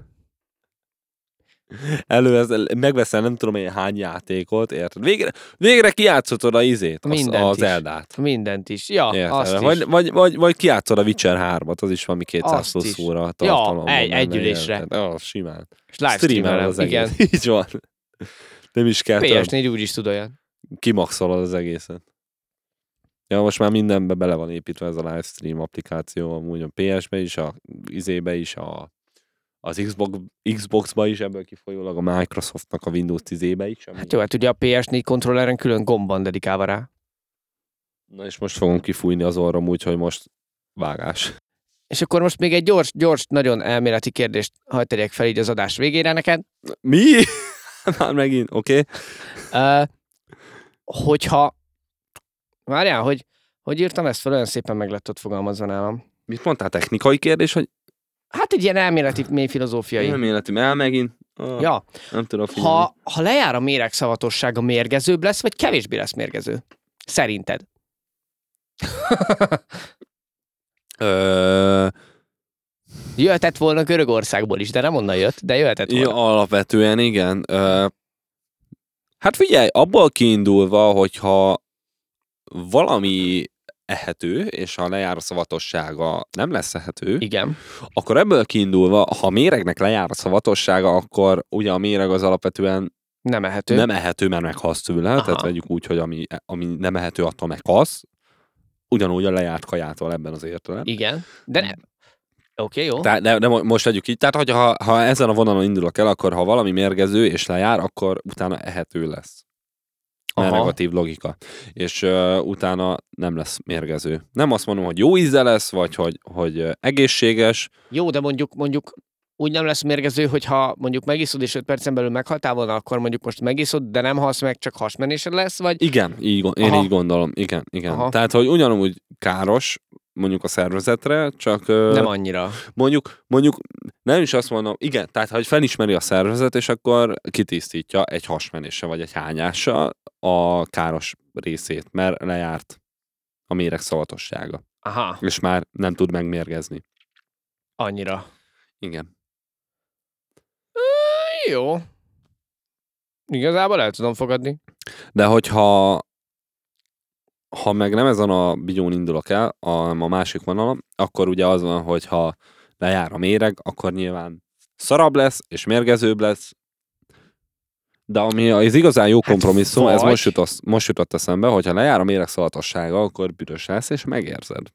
megveszel nem tudom én hány játékot, érted? Végre kijátszotod az Eldát. Mindent is. Ja, Érted? azt is. Vagy kijátszod a Witcher 3-at, az is valami 200 Azt plusz is. óra tartalom. Ja, egy ülésre. Simán. És livestreamelem, az igen. egész. Így van. Nem is kell PS4 úgy is tud olyan. kimaxolod az egészet. Ja, most már mindenbe bele van építve ez a livestream applikáció, amúgy a PS-be is, a izébe is, az Xbox-ba is, ebből kifolyólag a Microsoftnak a Windows 10-ébe is. Hát jó, hát ugye a PS4 kontrolleren külön gomb van dedikálva rá. Na és most fogom kifújni az orrom úgy, hogy most vágás. És akkor most még egy gyors, nagyon elméleti kérdést hagyd tegyek fel így az adás végére neked. Mi? Már megint, oké. Hogyha... Várjál, hogy írtam ezt fel, olyan szépen meg lett ott fogalmazva nálam. Mit mondtál, technikai kérdés, hogy Hát egy ilyen elméleti, mély filozófiai. elméleti, megint? Ja. Nem tudom figyelni. Ha lejár a méregszavatossága, mérgezőbb lesz, vagy kevésbé lesz mérgező? Szerinted? Jöhetett volna Görögországból is, de nem onnan jött, de jöhetett volna. Ja, alapvetően igen. Hát figyelj, abból kiindulva, hogyha valami ehető, és ha lejár a szavatossága nem lesz ehető, Igen. akkor ebből kiindulva, ha méregnek lejár a szavatossága, akkor ugye a méreg az alapvetően Nem ehető. nem ehető, mert meghalsz tőle, Aha. tehát vegyük úgy, hogy ami nem ehető, attól meghalsz, ugyanúgy a lejárt kajától ebben az értelemben. Igen. De nem. Oké, jó. De most vegyük így, tehát ha ezen a vonalon indulok el, akkor ha valami mérgező és lejár, akkor utána ehető lesz. A negatív logika. És utána nem lesz mérgező. Nem azt mondom, hogy jó íze lesz, vagy hogy egészséges. Jó, de mondjuk úgy nem lesz mérgező, hogyha mondjuk megiszod, és 5 percen belül meghaltál volna, akkor mondjuk most megiszod, de nem halsz meg, csak hasmenésed lesz, vagy... Igen, én így gondolom. Igen. Aha. Tehát, hogy ugyanúgy káros, mondjuk a szervezetre, csak Nem annyira. mondjuk nem is azt mondom, igen, tehát ha felismeri a szervezet, és akkor kitisztítja egy hasmenéssel vagy egy hányással a káros részét, mert lejárt a méreg szavatossága. Aha, És már nem tud megmérgezni. annyira. Igen. Jó. Igazából el tudom fogadni. De hogyha meg nem ezen a bigyón indulok el, a másik vonalon, akkor ugye az van, hogy ha lejár a méreg, akkor nyilván szarabb lesz, és mérgezőbb lesz. De ami az igazán jó kompromisszum, ez most jutott eszembe, hogyha lejár a méreg szavatossága, akkor büdös lesz, és megérzed.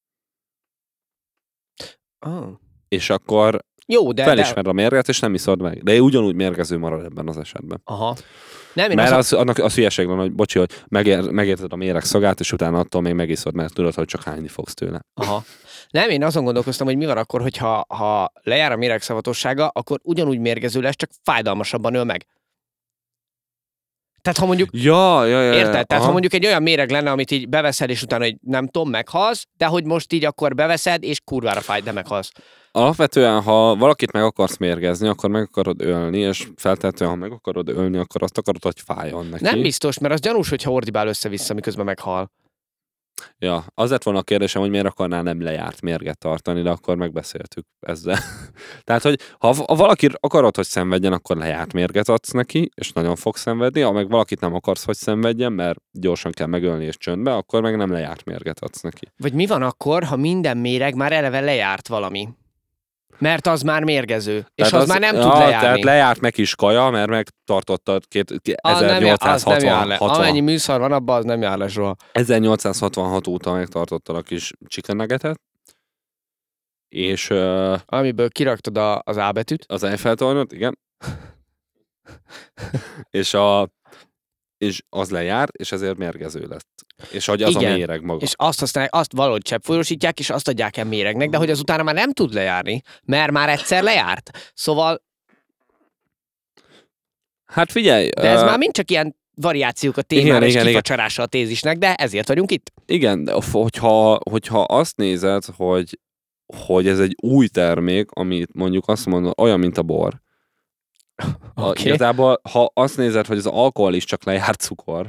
És akkor Jó, de... felismered a mérget, és nem iszod meg. De ugyanúgy mérgező marad ebben az esetben. Aha. Nem, én Mert annak az hülyeség van, hogy bocsi, hogy megérted a méreg szagát, és utána attól még megiszod, mert tudod, hogy csak hányni fogsz tőle. Aha. Nem, én azon gondolkoztam, hogy mi van akkor, hogyha lejár a méreg szavatossága, akkor ugyanúgy mérgező lesz, csak fájdalmasabban öl meg. Tehát ha mondjuk... Ja. Érted? Tehát ha mondjuk egy olyan méreg lenne, amit így beveszed, és utána, hogy nem tudom, meghalsz, de hogy most így akkor beveszed, és kurvára fáj, de meghalsz. Alapvetően, ha valakit meg akarsz mérgezni, akkor meg akarod ölni, és feltétlenül, ha meg akarod ölni, akkor azt akarod, hogy fájjon neki. Nem biztos, mert az gyanús, hogyha ordibál össze-vissza, miközben meghal. Ja, az lett volna a kérdésem, hogy miért akarnál nem lejárt mérget tartani, de akkor megbeszéltük ezzel. Tehát, hogy ha valaki akarod, hogy szenvedjen, akkor lejárt mérget adsz neki, és nagyon fog szenvedni, ha meg valakit nem akarsz, hogy szenvedjen, mert gyorsan kell megölni és csöndbe, akkor meg nem lejárt mérget adsz neki. Vagy mi van akkor, ha minden méreg már eleve lejárt valami? Mert az már mérgező, és az már nem tud lejárni. Tehát lejárt neki is kaja, mert megtartottad 1866. Amennyi műszar van abban, az nem jár le soha. 1866 óta megtartottad a kis chicken nuggetet, és... amiből kiraktad az A betűt. Az Eiffel-tornyot, igen. és az lejár, és ezért mérgező lett. És hogy az igen. A méreg maga. És azt használják, azt valahogy cseppfolyósítják, és azt adják el méregnek, de hogy az utána már nem tud lejárni, mert már egyszer lejárt. Szóval... Hát figyelj... De ez már mind csak ilyen variációk a témára és kifacsarása a tézisnek, de ezért vagyunk itt. Igen, de hogyha azt nézed, hogy ez egy új termék, amit mondjuk azt mondom, olyan, mint a bor. Okay. Igazából, ha azt nézed, hogy az alkohol is csak lejárt cukor,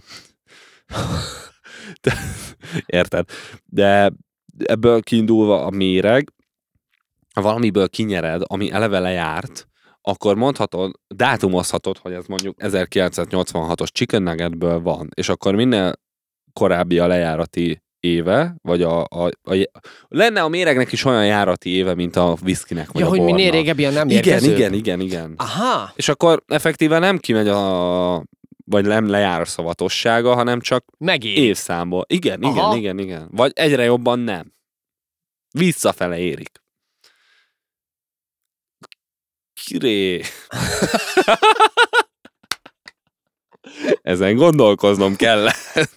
érted? De ebből kiindulva a méreg, ha valamiből kinyered, ami eleve lejárt, akkor mondhatod, dátumozhatod, hogy ez mondjuk 1986-os chicken nuggetből van, és akkor minél korábbi a lejárati éve, vagy lenne a méregnek is olyan járati éve, mint a whiskynek, vagy a bornak. Hogy minél régebbi a nem mérgező. Igen. Aha. És akkor effektíven nem kimegy vagy nem lejár a szavatossága, hanem csak évszámból. Igen. Vagy egyre jobban nem. Visszafele érik. Kiré. Ezen gondolkoznom kell.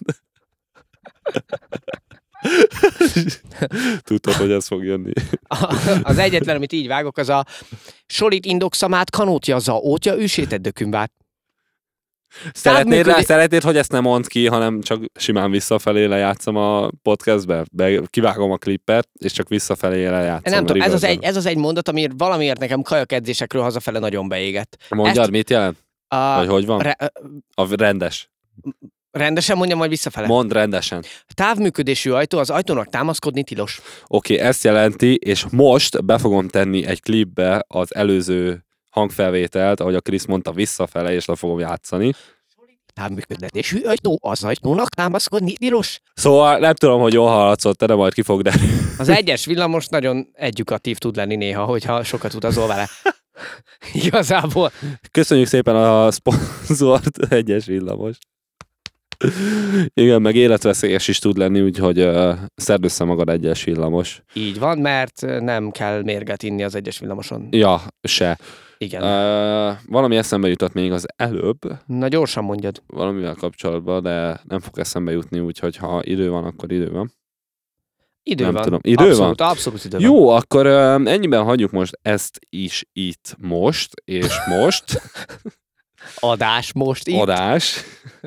Tudtad, hogy ez fog jönni. Az egyetlen, amit így vágok, az a solit indokszamát kanótja za ótja őséted dökümbát. Szeretnéd, hogy ezt nem mondd ki, hanem csak simán visszafelé lejátszom a podcastbe? Kivágom a klippet, és csak visszafelé lejátszom. Nem tudom, ez az egy mondat, amiért valamiért nekem kajakedzésekről hazafele nagyon beégett. Mondjad, mit jelent? Vagy hogy van? A rendes. Rendesen mondjam, majd visszafele. Mondd rendesen. Távműködésű ajtó, az ajtónak támaszkodni tilos. Oké, ezt jelenti, és most be fogom tenni egy klipbe az előző hangfelvételt, ahogy a Krisz mondta, visszafele, és le fogom játszani. Távműködésű ajtó, az ajtónak támaszkodni tilos. Szóval nem tudom, hogy jól hallatszott, de majd kifog, de... Az egyes villamos nagyon edukatív tud lenni néha, hogyha sokat utazol vele. Igazából. Köszönjük szépen a szponzort, egyes villamos. Igen, meg életveszélyes is tud lenni, úgyhogy szedd össze magad egyes villamos. Így van, mert nem kell mérget inni az egyes villamoson. Ja, se. Igen. Valami eszembe jutott még az előbb. Na gyorsan mondjad. Valamivel kapcsolatban, de nem fog eszembe jutni, úgyhogy ha idő van, akkor idő van. Idő nem van. Tudom. Idő abszolút, van? Abszolút idő Jó, van. akkor ennyiben hagyjuk most ezt is itt most, és most. Adás most itt. Adás.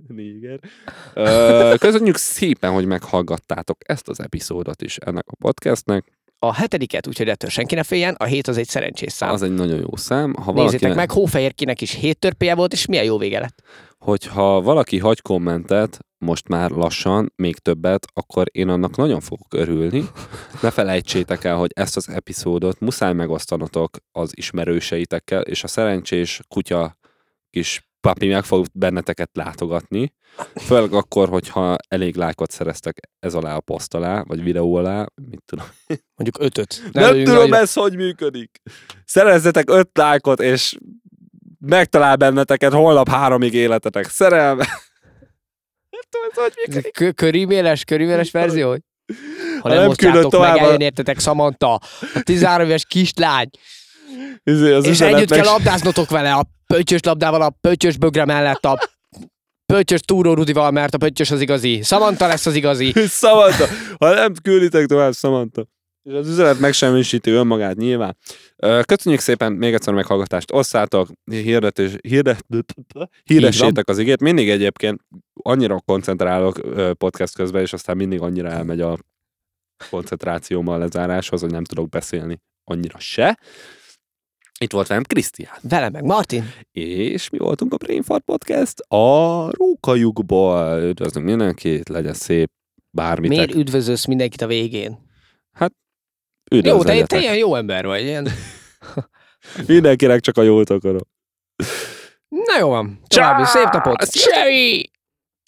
Níger. Köszönjük szépen, hogy meghallgattátok ezt az epizódot is ennek a podcastnek. A 7-et, úgyhogy ettől senki ne féljen, a 7 az egy szerencsés szám. Az egy nagyon jó szám. Ha Nézzétek meg, Hófehérkinek is 7 törpéje volt, és milyen jó vége lett. Hogyha valaki hagy kommentet, most már lassan, még többet, akkor én annak nagyon fogok örülni. Ne felejtsétek el, hogy ezt az epizódot muszáj megosztanotok az ismerőseitekkel, és a szerencsés kutya kis papi meg fog benneteket látogatni. Főleg akkor, hogyha elég lájkot szereztek ez alá a poszt alá, vagy videó alá, mit tudom. Mondjuk 5-öt. Nem tudom ez, hogy működik. Szerezzetek 5 lájkot, és megtalál benneteket holnap 3-ig életetek. Szerelme. Nem tudom, ez hogy működik. Köríméles verzió? Ha nem osztjátok meg, eljön értetek Samantha, a 13 éves kislány. És együtt kell labdáznotok vele a pöttyös labdával, a pöttyös bögre mellett, a pöttyös Túró Rudival, mert a pöttyös az igazi. Samantha lesz az igazi. Samantha. Ha nem külditek tovább, Samantha. És az üzenet megsemmisíti önmagát nyilván. Köszönjük szépen még egyszer a meghallgatást. Osszátok, hirdessétek az igét. Mindig egyébként annyira koncentrálok podcast közben, és aztán mindig annyira elmegy a koncentrációmmal a lezáráshoz, hogy nem tudok beszélni annyira se. Itt volt velem Krisztián. Velem meg Martin. És mi voltunk a Brainfart Podcast a rókajukból. Üdvözlünk mindenkit, legyen szép, bármit. Miért üdvözölsz mindenkit a végén? Hát, jó, te ilyen jó ember vagy. Ilyen. Mindenkinek csak a jót akarok. Na jó van. További szép napot. Csai!